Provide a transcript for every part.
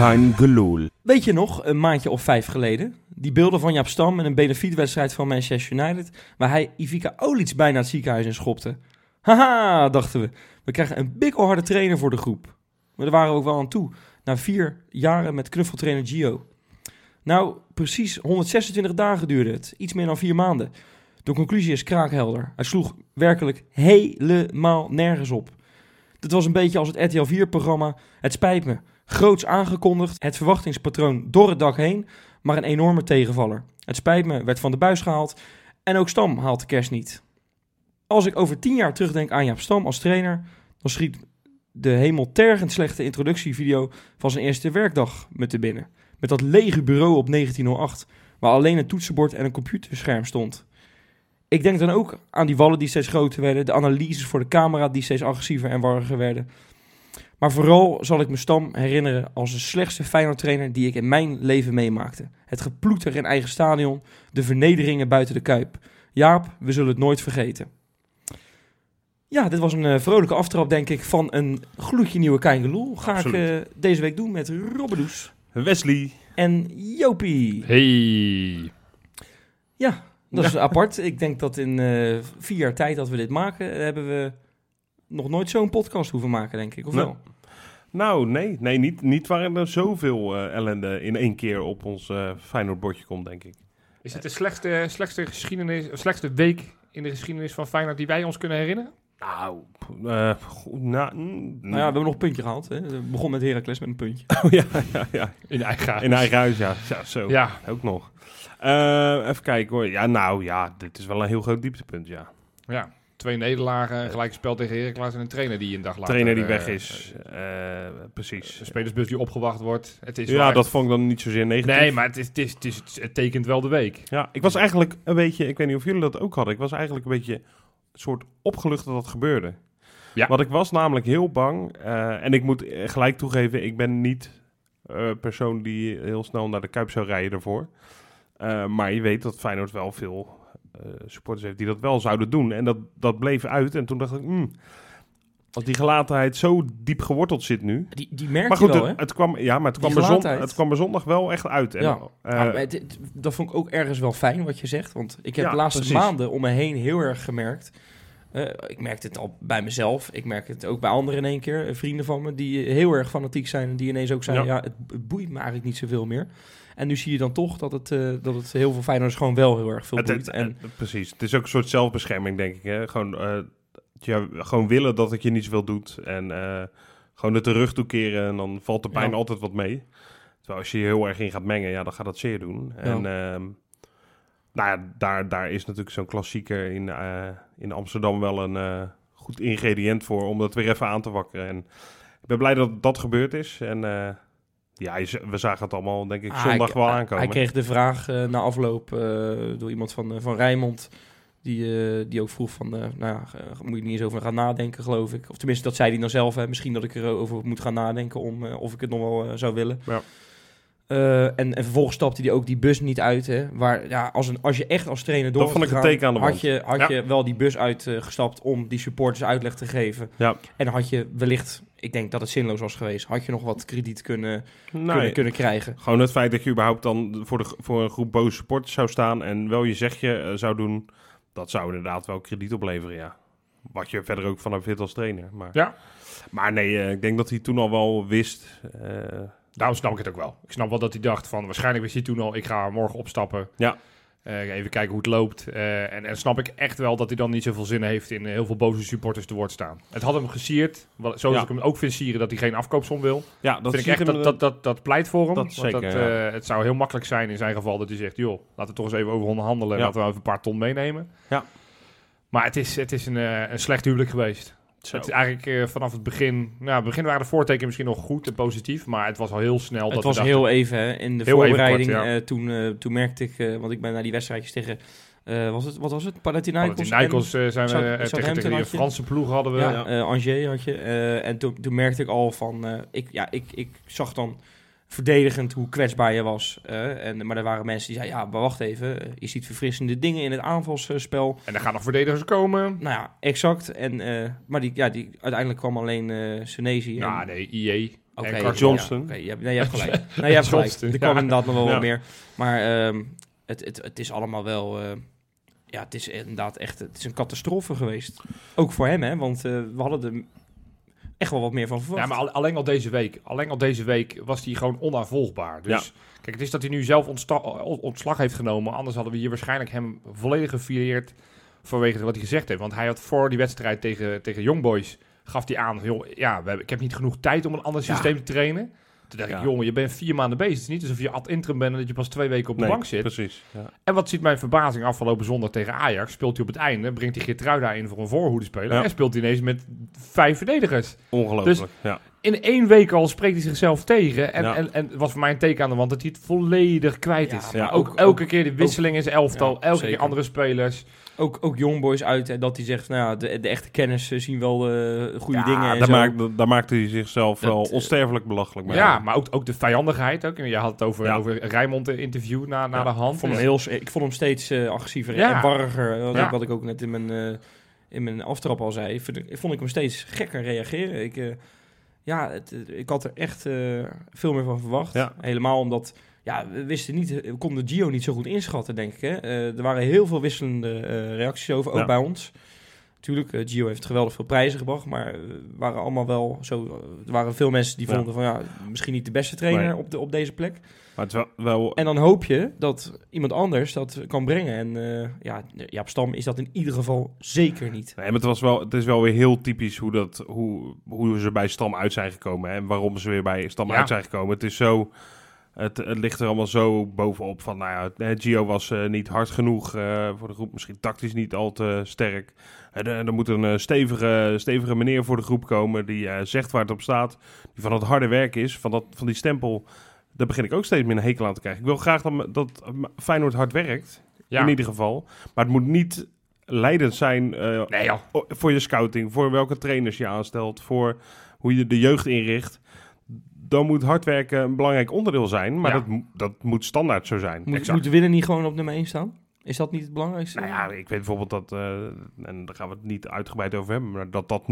Kein gelul. Weet je nog, een maandje of 5 geleden, die beelden van Jaap Stam in een benefietwedstrijd van Manchester United, waar hij Ivica Olic bijna het ziekenhuis in schopte. Haha, dachten we. We krijgen een bikkelharde trainer voor de groep. Maar daar waren we ook wel aan toe, na 4 jaren met knuffeltrainer Gio. Nou, precies 126 dagen duurde het, iets meer dan 4 maanden. De conclusie is kraakhelder. Hij sloeg werkelijk helemaal nergens op. Dit was een beetje als het RTL 4-programma Het Spijt Me. Groots aangekondigd, het verwachtingspatroon door het dak heen, maar een enorme tegenvaller. Het Spijt Me werd van de buis gehaald en ook Stam haalt de kerst niet. Als ik over 10 jaar terugdenk aan Jaap Stam als trainer, dan schiet de hemeltergend slechte introductievideo van zijn eerste werkdag me te binnen. Met dat lege bureau op 1908, waar alleen een toetsenbord en een computerscherm stond. Ik denk dan ook aan die wallen die steeds groter werden, de analyses voor de camera die steeds agressiever en warriger werden. Maar vooral zal ik me Stam herinneren als de slechtste Feyenoord-trainer die ik in mijn leven meemaakte. Het geploeter in eigen stadion, de vernederingen buiten de Kuip. Jaap, we zullen het nooit vergeten. Ja, dit was een vrolijke aftrap, denk ik, van een gloedje nieuwe Kein Gelul. Ga ik deze week doen met Robbedoes. Wesley. En Jopie. Hey. Ja, dat is apart. Ik denk dat in 4 jaar tijd dat we dit maken, hebben we nog nooit zo'n podcast hoeven maken, denk ik. Of wel? Nou, nee, niet waarin er zoveel ellende in één keer op ons Feyenoord-bordje komt, denk ik. Is het de slechtste week in de geschiedenis van Feyenoord die wij ons kunnen herinneren? Nou, Nou ja, we hebben nog een puntje gehaald. Hè? We begonnen met Heracles met een puntje. Oh ja. In eigen huis. In eigen huis, ja. Zo, Ja. ook nog. Even kijken hoor. Ja, dit is wel een heel groot dieptepunt, ja. Ja. 2 nederlagen, gelijk spel tegen Heracles en een trainer die een dag later... Trainer die weg is, precies. Een spelersbus die opgewacht wordt. Het is dat vond ik dan niet zozeer negatief. Nee, maar het tekent wel de week. Ja, ik was eigenlijk een beetje, ik weet niet of jullie dat ook hadden, ik was eigenlijk een beetje soort opgelucht dat gebeurde. Ja. Want ik was namelijk heel bang, en ik moet gelijk toegeven, ik ben niet persoon die heel snel naar de Kuip zou rijden daarvoor. Maar je weet dat Feyenoord wel veel supporters heeft die dat wel zouden doen. En dat bleef uit. En toen dacht ik, als die gelatenheid zo diep geworteld zit nu. Die merk maar goed, je wel, hè? het kwam er zondag wel echt uit. En, ja. Dat vond ik ook ergens wel fijn wat je zegt. Want ik heb de laatste maanden om me heen heel erg gemerkt. Ik merkte het al bij mezelf. Ik merk het ook bij anderen in één keer. Vrienden van me die heel erg fanatiek zijn. En die ineens ook zeiden, het boeit me eigenlijk niet zoveel meer. En nu zie je dan toch dat het heel veel Feyenoorders gewoon wel heel erg veel boeit. Precies. Het is ook een soort zelfbescherming, denk ik. Hè? Gewoon willen dat het je niet zoveel doet. En gewoon het de rug toekeren. En dan valt de pijn altijd wat mee. Terwijl als je je heel erg in gaat mengen, dan gaat dat zeer doen. Ja. En daar is natuurlijk zo'n klassieker in Amsterdam wel een goed ingrediënt voor. Om dat weer even aan te wakkeren. En ik ben blij dat dat gebeurd is. En... we zagen het allemaal, denk ik, zondag wel aankomen. Hij kreeg de vraag na afloop door iemand van Rijnmond... Die ook vroeg van, moet je niet eens over gaan nadenken, geloof ik. Of tenminste, dat zei hij dan zelf. Hè. Misschien dat ik erover moet gaan nadenken of ik het nog wel zou willen. Ja. En vervolgens stapte hij ook die bus niet uit. Hè, waar, als je echt als trainer door dat vond ik een teken aan de wand. Had je wel die bus uitgestapt om die supporters uitleg te geven. Ja. En dan had je wellicht, ik denk dat het zinloos was geweest, had je nog wat krediet kunnen krijgen. Gewoon het feit dat je überhaupt dan voor een groep boze supporters zou staan en wel je zegje zou doen, dat zou inderdaad wel krediet opleveren, ja. Wat je verder ook van hem vindt als trainer. Maar nee, ik denk dat hij toen al wel wist... Daarom snap ik het ook wel. Ik snap wel dat hij dacht van... Waarschijnlijk wist hij toen al... Ik ga morgen opstappen. Ja. Even kijken hoe het loopt. En snap ik echt wel dat hij dan niet zoveel zin heeft... in heel veel boze supporters te woord staan. Het had hem gesierd. Zoals ik hem ook vind sieren... dat hij geen afkoopsom wil. Ja, dat vind ik echt dat pleit voor hem. Dat zeker, het zou heel makkelijk zijn in zijn geval... dat hij zegt... joh, laten we toch eens even over onderhandelen... en laten we even een paar ton meenemen. Ja. Maar het is een slecht huwelijk geweest. Zo. Het is eigenlijk vanaf het begin... Nou, het begin waren de voortekenen misschien nog goed en positief... maar het was al heel snel... Het was heel even, hè, in de voorbereiding. Toen merkte ik... want ik ben naar die wedstrijdjes tegen... wat was het? Panathinaikos zijn we tegen die Franse ploeg hadden we. Ja, Angers had je. En toen merkte ik al van... Ik zag dan... verdedigend hoe kwetsbaar je was. Maar er waren mensen die zeiden... ja, maar wacht even. Je ziet verfrissende dingen in het aanvalsspel. En er gaan nog verdedigers komen. Nou ja, exact. Maar die uiteindelijk kwam alleen Senesi. Ja, IE. Oké, Johnston. Ja, je hebt gelijk. Je hebt gelijk. Er kwam inderdaad nog wel wat meer. Maar het is allemaal wel... het is inderdaad echt... Het is een catastrofe geweest. Ook voor hem, hè. Want we hadden er echt wel wat meer van verwacht. Ja, maar alleen al deze week was hij gewoon onaanvolgbaar. Dus kijk, het is dat hij nu zelf ontslag heeft genomen. Anders hadden we hier waarschijnlijk hem volledig gefileerd vanwege wat hij gezegd heeft. Want hij had voor die wedstrijd tegen Young Boys... gaf hij aan, joh, ik heb niet genoeg tijd om een ander systeem te trainen. Toen dacht ik, jongen, je bent 4 maanden bezig. Het is niet alsof je ad interim bent en dat je pas 2 weken op de bank zit. Precies. Ja. En wat ziet mijn verbazing afgelopen zondag tegen Ajax? Speelt hij op het einde, brengt hij Geertruida in voor een voorhoedespeler en speelt hij ineens met 5 verdedigers. Ongelooflijk, dus in 1 week al spreekt hij zichzelf tegen. En was voor mij een teken aan de wand dat hij het volledig kwijt is. Maar ook elke keer de wisseling in zijn elftal, elke zeker. keer andere spelers. Ook Youngboys uit, en dat hij zegt, de echte kennis zien wel goede dingen. En daar maakte hij zichzelf wel onsterfelijk belachelijk mee. Ja, maar ook de vijandigheid. Ook. Je had het over Rijmond interview na de hand. Ik vond hem steeds agressiever en warriger. Wat ik ook net in mijn aftrap al zei. Vond ik hem steeds gekker reageren. Ik had er echt veel meer van verwacht. Ja. Helemaal omdat... Ja, we konden Gio niet zo goed inschatten, denk ik. Hè? Er waren heel veel wisselende reacties over, ook bij ons. Natuurlijk, Gio heeft geweldig veel prijzen gebracht, maar waren allemaal wel zo. Er waren veel mensen die vonden van misschien niet de beste trainer op deze plek. Maar het wel... En dan hoop je dat iemand anders dat kan brengen. En Jaap Stam is dat in ieder geval zeker niet. Nee, maar het is wel weer heel typisch hoe ze bij Stam uit zijn gekomen. Hè? En waarom ze weer bij Stam uit zijn gekomen. Het is zo... Het ligt er allemaal zo bovenop van, Gio was niet hard genoeg voor de groep. Misschien tactisch niet al te sterk. Er moet een stevige meneer voor de groep komen die zegt waar het op staat. Die van het harde werk is, van die stempel. Daar begin ik ook steeds meer een hekel aan te krijgen. Ik wil graag dat Feyenoord hard werkt, in ieder geval. Maar het moet niet leidend zijn voor je scouting, voor welke trainers je aanstelt, voor hoe je de jeugd inricht. Dan moet hard werken een belangrijk onderdeel zijn. Maar dat moet standaard zo zijn. Moet winnen niet gewoon op nummer 1 staan? Is dat niet het belangrijkste? Nou ja, ik weet bijvoorbeeld dat... en daar gaan we het niet uitgebreid over hebben... maar dat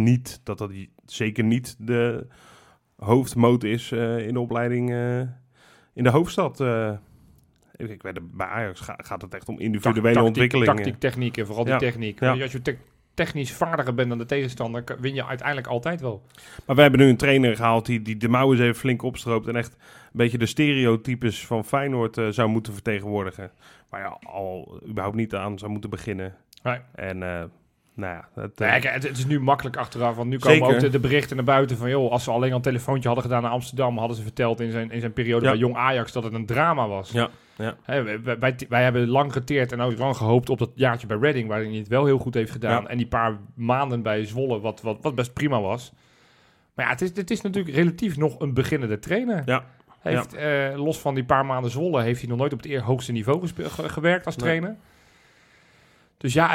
zeker niet de hoofdmoot is in de opleiding in de hoofdstad. Ik weet, bij Ajax gaat het echt om individuele ontwikkeling. Tactiek, techniek en vooral die techniek. Ja. Als je technisch vaardiger bent dan de tegenstander, win je uiteindelijk altijd wel. Maar we hebben nu een trainer gehaald die de mouwen eens even flink opstroopt en echt een beetje de stereotypes van Feyenoord zou moeten vertegenwoordigen. Maar al überhaupt niet aan zou moeten beginnen. Nee. En het is nu makkelijk achteraf, want nu komen ook de berichten naar buiten van, joh, als ze alleen al een telefoontje hadden gedaan naar Amsterdam, hadden ze verteld in zijn periode bij Jong Ajax dat het een drama was. Ja. Wij hebben lang geteerd en ook lang gehoopt op dat jaartje bij Reading, waarin hij het wel heel goed heeft gedaan. Ja. En die paar maanden bij Zwolle, wat best prima was. Maar ja, het is natuurlijk relatief nog een beginnende trainer. Ja. Los van die paar maanden Zwolle heeft hij nog nooit op het hoogste niveau gewerkt als trainer. Dus ja,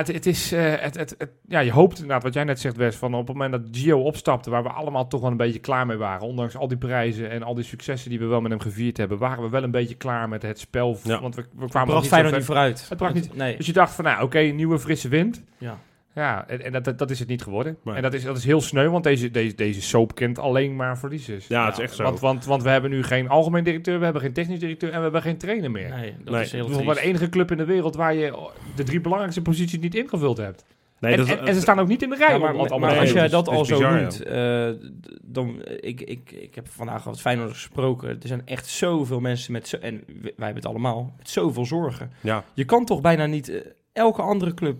je hoopt inderdaad, wat jij net zegt, Wes, van op het moment dat Gio opstapte, waar we allemaal toch wel een beetje klaar mee waren, ondanks al die prijzen en al die successen die we wel met hem gevierd hebben, waren we wel een beetje klaar met het spel. Ja. Want we kwamen bracht Feyenoord niet vooruit. Het bracht niet. Nee. Dus je dacht van, oké, nieuwe frisse wind. Ja, en dat is het niet geworden. Nee. En dat is heel sneu, want deze soap kent alleen maar verliezers. Ja, het is echt zo. Want we hebben nu geen algemeen directeur, we hebben geen technisch directeur en we hebben geen trainer meer. Nee, dat is heel triest. Maar de enige club in de wereld waar je de 3 belangrijkste posities niet ingevuld hebt. Nee, en ze staan ook niet in de rij. Maar als jij dat al zo noemt, dan... Ik heb vandaag wat Feyenoord gesproken. Er zijn echt zoveel mensen en wij hebben het allemaal, met zoveel zorgen. Ja. Je kan toch bijna niet... Elke andere club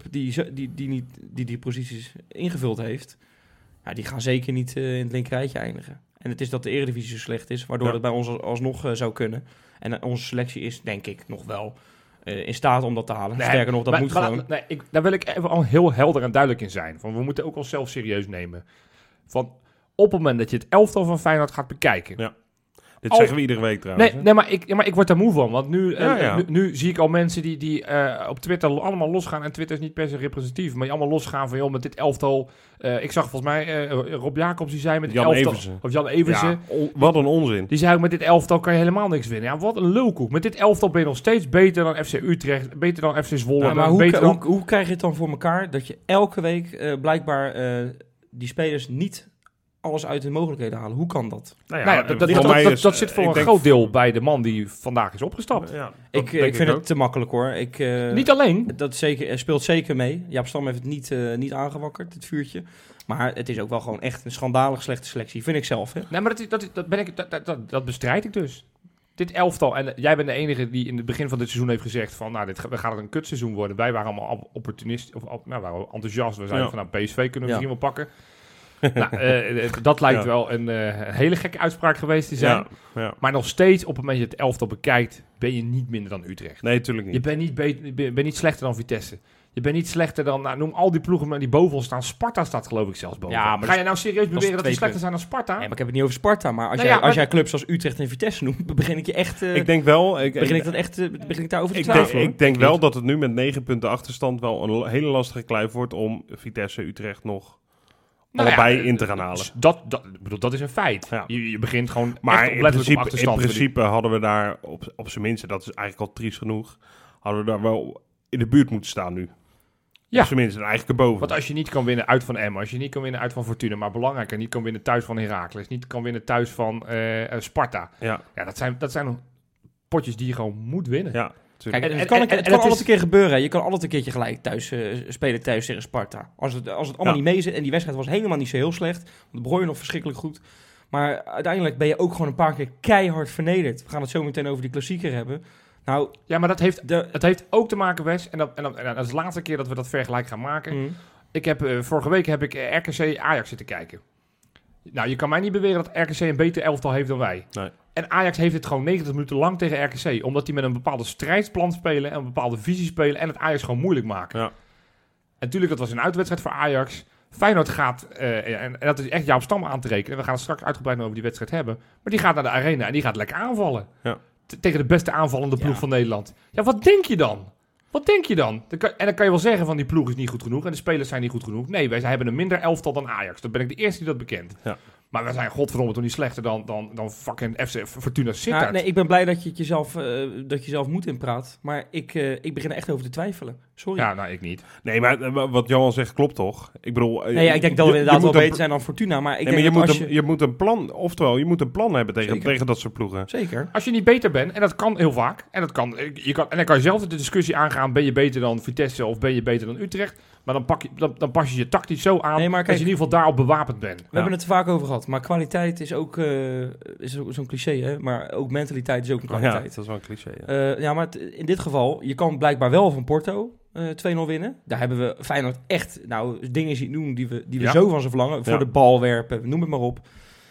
die posities ingevuld heeft, die gaan zeker niet in het linkerrijtje eindigen. En het is dat de Eredivisie zo slecht is, waardoor het bij ons alsnog zou kunnen. En onze selectie is, denk ik, nog wel in staat om dat te halen. Nee, sterker nog, dat moet gewoon. Daar wil ik even al heel helder en duidelijk in zijn. Van, we moeten ook onszelf serieus nemen. Van, op het moment dat je het elftal van Feyenoord gaat bekijken... Ja. Dit zeggen we iedere week trouwens. Nee, maar ik word daar moe van. Want nu zie ik al mensen die op Twitter allemaal losgaan. En Twitter is niet per se representatief. Maar die allemaal losgaan van, joh, met dit elftal... ik zag volgens mij Rob Jacobs, die zei met dit elftal... Eversen. Of Jan Eversen. Ja, wat een onzin. Die zei ook, met dit elftal kan je helemaal niks winnen. Ja, wat een lulkoek. Met dit elftal ben je nog steeds beter dan FC Utrecht. Beter dan FC Zwolle. Ja, maar hoe krijg je het dan voor elkaar dat je elke week blijkbaar die spelers niet alles uit de mogelijkheden halen. Hoe kan dat? Dat zit voor een groot deel bij de man die vandaag is opgestapt. Ja, ik vind het te makkelijk hoor. Niet alleen. Dat speelt zeker mee. Jaap Stam heeft het niet aangewakkerd, het vuurtje. Maar het is ook wel gewoon echt een schandalig slechte selectie, vind ik zelf. Hè? Nee, maar dat bestrijd ik dus. Dit elftal, en jij bent de enige die in het begin van dit seizoen heeft gezegd van, nou, we gaat het een kutseizoen worden. Wij waren allemaal opportunisten, waren enthousiast. We zeiden van, nou, PSV kunnen we misschien wel pakken. Dat lijkt wel een hele gekke uitspraak geweest te zijn. Ja. Maar nog steeds, op het moment dat je het elftal bekijkt, ben je niet minder dan Utrecht. Nee, natuurlijk niet. Je bent niet slechter dan Vitesse. Je bent niet slechter dan, noem al die ploegen die boven ons staan. Sparta staat geloof ik zelfs boven. Ja, maar ga je nou serieus beweren dat die slechter zijn dan Sparta? Nee, maar ik heb het niet over Sparta. Maar als jij clubs als Utrecht en Vitesse noemt, begin ik je echt... ik denk wel... begin ik daarover te twijfelen. Ik denk wel dat het nu met 9 punten achterstand wel een hele lastige kluif wordt om Vitesse, Utrecht nog allebei in te gaan halen. Dat is een feit. Ja. Je begint gewoon maar in principe hadden we daar op zijn minste, dat is eigenlijk al triest genoeg, hadden we daar wel in de buurt moeten staan nu. Ja. Op zijn minst, eigenlijk erboven. Want als je niet kan winnen uit van Emmen, als je niet kan winnen uit van Fortuna, maar belangrijker, niet kan winnen thuis van Heracles, niet kan winnen thuis van Sparta. Ja, dat zijn potjes die je gewoon moet winnen. Ja. Kijk, het kan altijd een keer gebeuren. Je kan altijd een keertje gelijk spelen thuis tegen Sparta. Als het allemaal niet mee zit en die wedstrijd was helemaal niet zo heel slecht. Want de Bruyne nog verschrikkelijk goed. Maar uiteindelijk ben je ook gewoon een paar keer keihard vernederd. We gaan het zo meteen over die klassieker hebben. Nou, ja, maar dat heeft ook te maken, Wes. En dat is de laatste keer dat we dat vergelijk gaan maken. Vorige week heb ik RKC Ajax zitten kijken. Nou, je kan mij niet beweren dat RKC een beter elftal heeft dan wij. Nee. En Ajax heeft het gewoon 90 minuten lang tegen RKC. Omdat die met een bepaalde strijdsplan spelen en een bepaalde visie spelen en het Ajax gewoon moeilijk maken. Ja. En natuurlijk, dat was een uitwedstrijd voor Ajax. Feyenoord gaat, en dat is echt Jaap Stam aan te rekenen. We gaan het straks uitgebreid over die wedstrijd hebben. Maar die gaat naar de arena en die gaat lekker aanvallen. Ja. Tegen de beste aanvallende ploeg van Nederland. Ja, wat denk je dan? En dan kan je wel zeggen van die ploeg is niet goed genoeg en de spelers zijn niet goed genoeg. Nee, wij hebben een minder elftal dan Ajax. Dan ben ik de eerste die dat bekent. Ja. Maar wij zijn godverdomme toch niet slechter dan fucking FC Fortuna Sittard. Nee, ik ben blij dat je jezelf moet inpraat. Maar ik begin er echt over te twijfelen. Sorry. Ja, nou, ik niet. Nee, maar wat Johan zegt klopt toch? Ik bedoel... ik denk dat we inderdaad wel beter zijn dan Fortuna. Maar je moet een plan... Oftewel, je moet een plan hebben tegen dat soort ploegen. Zeker. Als je niet beter bent, en dat kan heel vaak. En dan kan je zelf de discussie aangaan. Ben je beter dan Vitesse of ben je beter dan Utrecht? Maar dan pas je tactisch zo aan als je in ieder geval daarop bewapend bent. We hebben het er vaak over gehad. Maar kwaliteit is ook zo'n cliché, hè? Maar ook mentaliteit is ook een kwaliteit. Ja, dat is wel een cliché. Maar in dit geval, je kan blijkbaar wel van Porto 2-0 winnen. Daar hebben we Feyenoord echt dingen zien doen die we zo van ze verlangen. Voor de bal werpen, noem het maar op.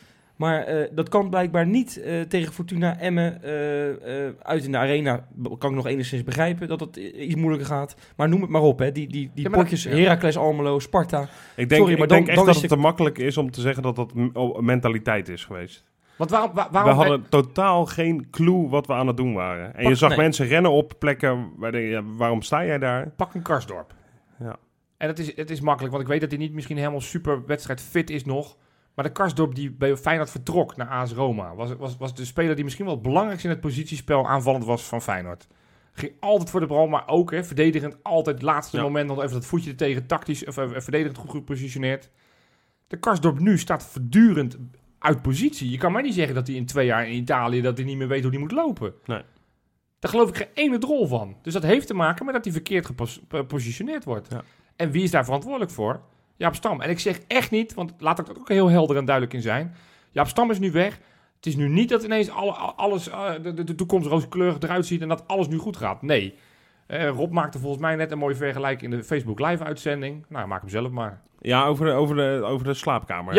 Maar dat kan blijkbaar niet tegen Fortuna Emmen uit in de arena. Kan ik nog enigszins begrijpen dat het iets moeilijker gaat. Maar noem het maar op, hè. Die potjes, Heracles, Almelo, Sparta. Ik denk echt dat het te makkelijk is om te zeggen dat dat mentaliteit is geweest. Want waarom we hadden totaal geen clue wat we aan het doen waren. En je zag mensen rennen op plekken waar waarom sta jij daar? Pak een Karsdorp. Ja. En het is makkelijk, want ik weet dat hij niet misschien helemaal super wedstrijd fit is nog. Maar de Karsdorp die bij Feyenoord vertrok naar AS Roma... was de speler die misschien wel het belangrijkste in het positiespel aanvallend was van Feyenoord. Ging altijd voor de bal, maar ook verdedigend altijd het laatste moment nog even dat voetje er tegen, tactisch of verdedigend goed gepositioneerd. De Karsdorp nu staat voortdurend uit positie. Je kan mij niet zeggen dat hij in 2 jaar in Italië dat hij niet meer weet hoe hij moet lopen. Nee. Daar geloof ik geen ene drol van. Dus dat heeft te maken met dat hij verkeerd gepositioneerd wordt. Ja. En wie is daar verantwoordelijk voor? Jaap Stam. En ik zeg echt niet, want laat ik er ook heel helder en duidelijk in zijn. Jaap Stam is nu weg. Het is nu niet dat ineens alles de toekomst rooskleurig eruit ziet en dat alles nu goed gaat. Nee. Rob maakte volgens mij net een mooie vergelijking in de Facebook live uitzending. Nou, maak hem zelf maar. Ja, over de slaapkamer.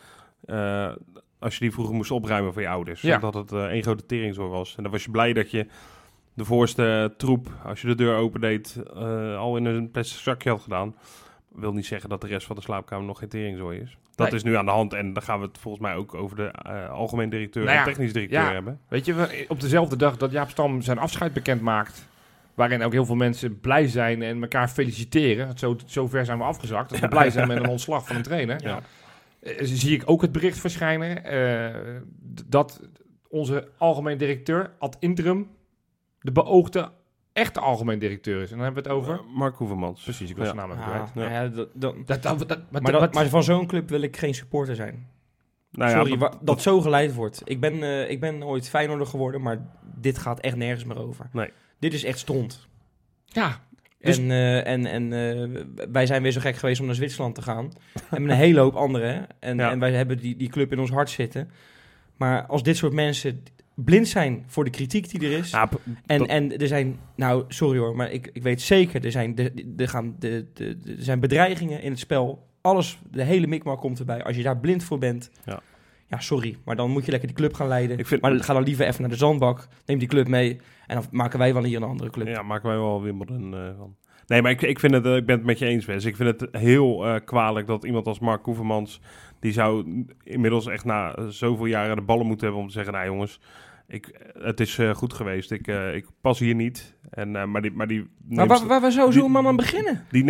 Ja. Als je die vroeger moest opruimen voor je ouders. Ja. Dat het één grote teringzooi was. En dan was je blij dat je de voorste troep, als je de deur opendeed, al in een plastic zakje had gedaan. Wil niet zeggen dat de rest van de slaapkamer nog geen teringzooi is. Dat is nu aan de hand. En dan gaan we het volgens mij ook over de algemeen directeur en technisch directeur hebben. Weet je, op dezelfde dag dat Jaap Stam zijn afscheid bekend maakt, waarin ook heel veel mensen blij zijn en elkaar feliciteren. Zo ver zijn we afgezakt. Dat we blij zijn met een ontslag van een trainer. Ja. Zie ik ook het bericht verschijnen dat onze algemeen directeur ad interim de beoogde echte algemeen directeur is. En dan hebben we het over Mark Hoevermans. Precies, ik was zijn naam even kwijt. Maar van zo'n club wil ik geen supporter zijn. Sorry, dat zo geleid wordt. Ik ben ooit Feyenoorder geworden, maar dit gaat echt nergens meer over. Nee. Dit is echt stront. Ja. Dus... En wij zijn weer zo gek geweest om naar Zwitserland te gaan. En met een hele hoop anderen. En wij hebben die club in ons hart zitten. Maar als dit soort mensen blind zijn voor de kritiek die er is. Ja, en er zijn, nou sorry hoor, maar ik weet zeker, er zijn bedreigingen in het spel. Alles, de hele mikmak komt erbij. Als je daar blind voor bent, ja sorry, maar dan moet je lekker die club gaan leiden. Maar ga dan liever even naar de zandbak, neem die club mee en dan maken wij wel hier een andere club. Ja, maken wij wel Wimbledon van. Nee, maar ik vind het, ik ben het met je eens, Wes. Ik vind het heel kwalijk dat iemand als Mark Koevermans, die zou inmiddels echt na zoveel jaren de ballen moeten hebben om te zeggen, nou jongens, het is goed geweest. Ik pas hier niet. Waar zou zo'n man aan beginnen? Die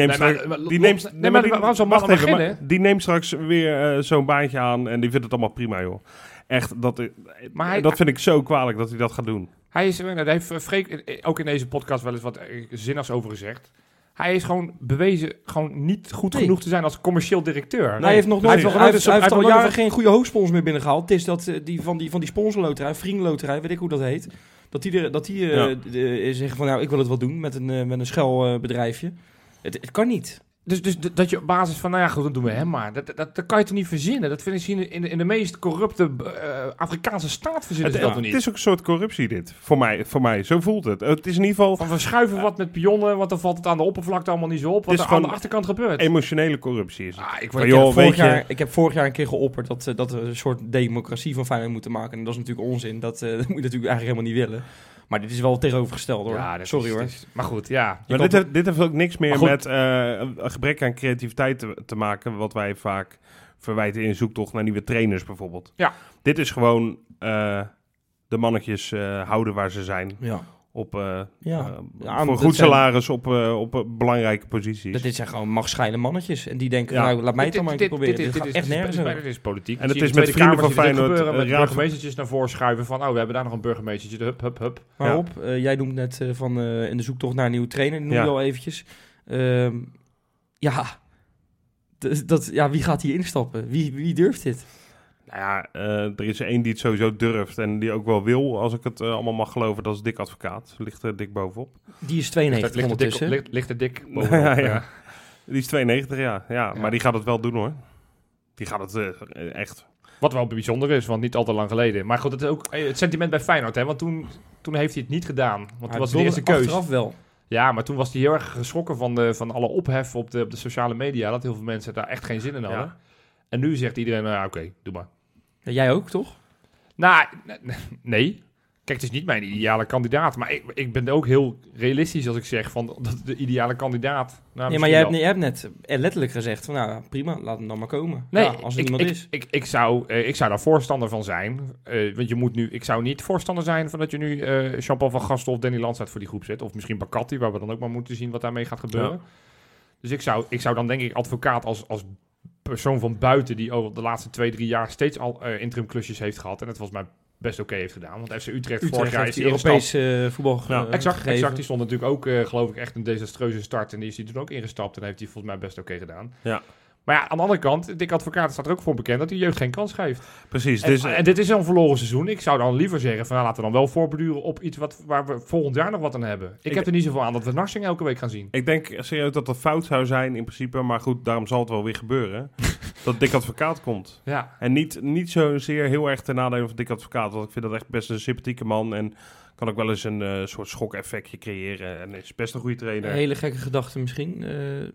neemt straks weer zo'n baantje aan en die vindt het allemaal prima, joh. Echt, dat vind ik zo kwalijk dat hij dat gaat doen. Hij heeft Freek ook in deze podcast wel eens wat zinnigs over gezegd. Hij is gewoon bewezen gewoon niet goed genoeg te zijn als commercieel directeur. Nee. Hij heeft al jaren geen goede hoofdspons meer binnengehaald. Het is dat die van die sponsorloterij, vriendenloterij, weet ik hoe dat heet. Dat die zeggen van, nou, ik wil het wel doen met een schuilbedrijfje. Het kan niet. Dus dat je op basis van, nou ja, goed, dan doen we hem maar. Dat kan je toch niet verzinnen? Dat vind ik in de meest corrupte Afrikaanse staat verzinnen ze dat toch niet? Het is ook een soort corruptie dit, voor mij. Zo voelt het. Het is in ieder geval... Van we schuiven wat met pionnen, want dan valt het aan de oppervlakte allemaal niet zo op. Wat er aan de achterkant gebeurt. Emotionele corruptie is het. Ik heb vorig jaar een keer geopperd dat we een soort democratie van Feyenoord moeten maken. En dat is natuurlijk onzin. Dat moet je natuurlijk eigenlijk helemaal niet willen. Maar dit is wel tegenovergesteld hoor. Ja, sorry hoor. Maar goed, ja. Maar dit heeft ook niks meer met een gebrek aan creativiteit te maken, wat wij vaak verwijten in zoektocht naar nieuwe trainers bijvoorbeeld. Ja. Dit is gewoon de mannetjes houden waar ze zijn. Ja. Voor een goed salaris op belangrijke posities. Dit zijn gewoon machtsscheile mannetjes. En die denken, nou, laat mij het dan maar even proberen. Dit gaat echt nergens over. Dit is politiek. En het is met vrienden van Feyenoord. Met burgemeestertjes naar voren schuiven van, we hebben daar nog een burgemeestertje. Hup. Maar op, jij noemt net in de zoektocht naar een nieuwe trainer. Noem je al eventjes. Wie gaat hier instappen? Wie durft dit? Nou ja, er is één die het sowieso durft en die ook wel wil, als ik het allemaal mag geloven. Dat is Dick Advocaat. Ligt er dik bovenop. Die is 92 ondertussen. Ligt er dik bovenop. Ja. Die is 92, ja. Maar die gaat het wel doen, hoor. Die gaat het echt. Wat wel bijzonder is, want niet al te lang geleden. Maar goed, dat is ook het sentiment bij Feyenoord, hè. Want toen heeft hij het niet gedaan. Want toen was de eerste keus. Achteraf wel. Ja, maar toen was hij heel erg geschrokken van alle ophef op de sociale media. Dat heel veel mensen daar echt geen zin in hadden. Ja. En nu zegt iedereen, oké, doe maar. Ja, jij ook, toch? Nou, nee. Kijk, het is niet mijn ideale kandidaat. Maar ik ben ook heel realistisch als ik zeg van dat de ideale kandidaat... Nou, maar jij hebt net letterlijk gezegd van, nou prima, laat hem dan maar komen. Nee, als er iemand is. Ik zou daar voorstander van zijn. Want je moet nu... Ik zou niet voorstander zijn van dat je nu Jean-Paul van Gastel of Danny Landsaat voor die groep zet. Of misschien Bakati, waar we dan ook maar moeten zien wat daarmee gaat gebeuren. Ja. Dus ik zou dan denk ik Advocaat als persoon van buiten die over de laatste 2-3 jaar steeds al interim klusjes heeft gehad. En het volgens mij best oké heeft gedaan. Want FC Utrecht vorig jaar is die Europees voetbal exact. Die stond natuurlijk ook, geloof ik, echt een desastreuze start. En die is hij toen ook ingestapt. En heeft hij volgens mij best oké gedaan. Ja. Maar ja, aan de andere kant, Dick Advocaat staat er ook voor bekend dat hij jeugd geen kans geeft. Precies. En dit is een verloren seizoen. Ik zou dan liever zeggen van laten we dan wel voorbeduren op iets waar we volgend jaar nog wat aan hebben. Ik heb er niet zoveel aan dat we Narsing elke week gaan zien. Ik denk serieus dat dat fout zou zijn in principe. Maar goed, daarom zal het wel weer gebeuren. Dat Dick Advocaat komt. Ja. En niet zozeer heel erg ten nadele van Dick Advocaat. Want ik vind dat echt best een sympathieke man. En kan ook wel eens een soort schok-effectje creëren. En is best een goede trainer. Een hele gekke gedachte misschien.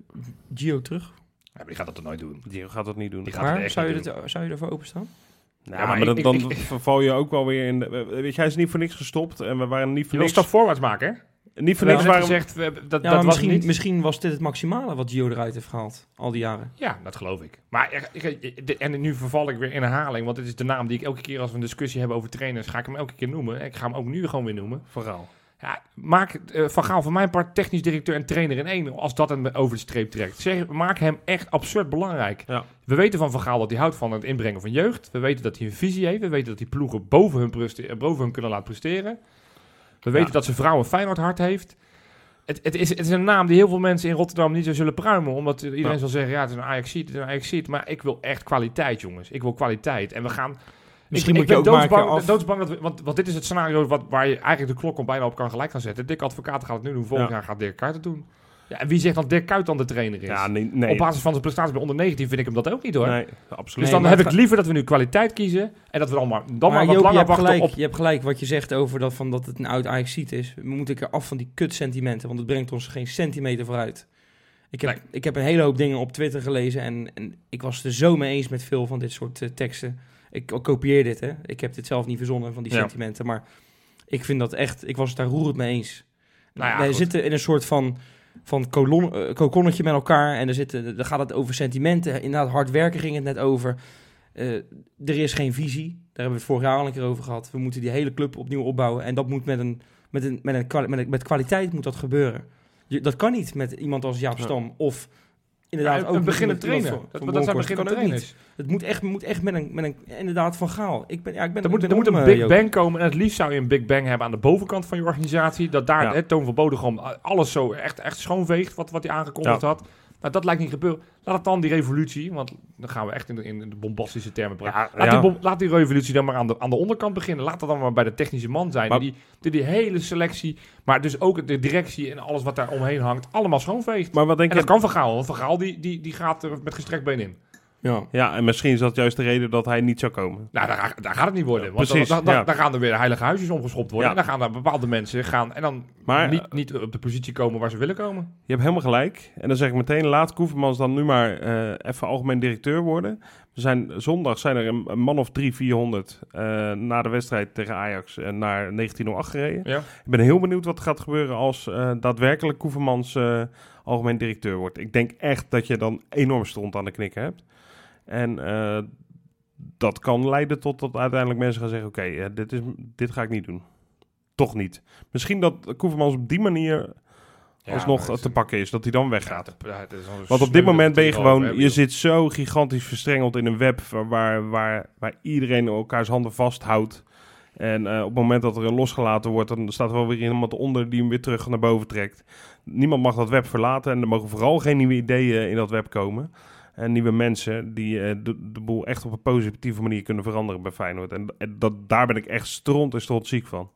Gio terug. Ja, maar die gaat dat er nooit doen. Die gaat dat niet doen. Maar zou je ervoor openstaan? Nou, ja, maar dan val je ook wel weer in... weet je, hij is niet voor niks gestopt. En we waren niet voor niks... Je wil stap voorwaarts maken, hè? Niet voor niks waren... gezegd, dat was niet... Misschien was dit het maximale wat Gio eruit heeft gehaald. Al die jaren. Ja, dat geloof ik. Maar en nu verval ik weer in herhaling. Want dit is de naam die ik elke keer als we een discussie hebben over trainers... ga ik hem elke keer noemen. Ik ga hem ook nu gewoon weer noemen. Van Gaal. Ja, maak Van Gaal van mijn part technisch directeur en trainer in één, als dat hem over de streep trekt. Maak hem echt absurd belangrijk. Ja. We weten van Gaal dat hij houdt van het inbrengen van jeugd. We weten dat hij een visie heeft. We weten dat hij ploegen boven hun kunnen laten presteren. We weten dat zijn vrouw een Feyenoord hart heeft. Het is een naam die heel veel mensen in Rotterdam niet zo zullen pruimen. Omdat iedereen zal zeggen, ja, het is een Ajaxiet. Maar ik wil echt kwaliteit, jongens. Ik wil kwaliteit. En we gaan... Misschien ik moet je ook doodsbang dat we... Want dit is het scenario waar je eigenlijk de klok bijna op kan gelijk gaan zetten. Dick Advocaat gaat het nu doen. Volgend jaar gaat Dirk Kuyt het doen. Ja, en wie zegt dat Dirk Kuyt dan de trainer is? Ja, nee. Op basis van zijn prestatie bij onder 19 vind ik hem dat ook niet, hoor. Nee, absoluut. Dus dan heb ik liever dat we nu kwaliteit kiezen. En dat we dan maar wat Joop, langer wachten op... Je hebt gelijk wat je zegt over dat het een oud Ajaxiet is. We moeten er af van die kutsentimenten, want het brengt ons geen centimeter vooruit. Ik heb een hele hoop dingen op Twitter gelezen en ik was het er zo mee eens met veel van dit soort teksten. Ik kopieer dit, hè. Ik heb dit zelf niet verzonnen van die sentimenten, maar ik vind dat echt... Ik was het daar roerend mee eens. Wij zitten in een soort van kokonnetje met elkaar en dan gaat het over sentimenten. Inderdaad, hard werken ging het net over. Er is geen visie. Daar hebben we het vorig jaar al een keer over gehad. We moeten die hele club opnieuw opbouwen en dat moet met kwaliteit moet dat gebeuren. Dat kan niet met iemand als Jaap Stam of inderdaad ook een beginnend trainer. Dat zijn beginnend trainers. Het moet echt met een inderdaad Van Gaal. Er moet een Big Bang komen en het liefst zou je een Big Bang hebben aan de bovenkant van je organisatie. Dat daar Toon van Bodegom alles zo echt schoonveegt wat hij aangekondigd had. Nou, dat lijkt niet gebeuren. Laat het dan die revolutie, want dan gaan we echt in de bombastische termen praten. Laat die revolutie dan maar aan de onderkant beginnen. Laat dat dan maar bij de technische man zijn. Maar die hele selectie, maar dus ook de directie en alles wat daar omheen hangt, allemaal schoonveegt. Maar wat denk je? Dat kan Van Gaal, want Van Gaal die gaat er met gestrekt been in. Ja, en misschien is dat juist de reden dat hij niet zou komen. Nou, daar gaat het niet worden. Want dan gaan er weer heilige huisjes omgeschopt worden. Ja. En dan gaan er bepaalde mensen niet op de positie komen waar ze willen komen. Je hebt helemaal gelijk. En dan zeg ik meteen, laat Koevermans dan nu maar even algemeen directeur worden. Zondag zijn er een man of 300-400 na de wedstrijd tegen Ajax naar 1908 gereden. Ja. Ik ben heel benieuwd wat er gaat gebeuren als daadwerkelijk Koevermans algemeen directeur wordt. Ik denk echt dat je dan enorm stront aan de knikken hebt. En dat kan leiden tot dat uiteindelijk mensen gaan zeggen... Oké, dit ga ik niet doen. Toch niet. Misschien dat Koevermans op die manier alsnog te pakken is. Dat hij dan weggaat. Want op dit moment ben je gewoon... Je zit zo gigantisch verstrengeld in een web... waar iedereen elkaars handen vasthoudt. En op het moment dat er losgelaten wordt... dan staat er wel weer iemand onder die hem weer terug naar boven trekt. Niemand mag dat web verlaten. En er mogen vooral geen nieuwe ideeën in dat web komen... En nieuwe mensen die de boel echt op een positieve manier kunnen veranderen bij Feyenoord. En daar ben ik echt stront ziek van.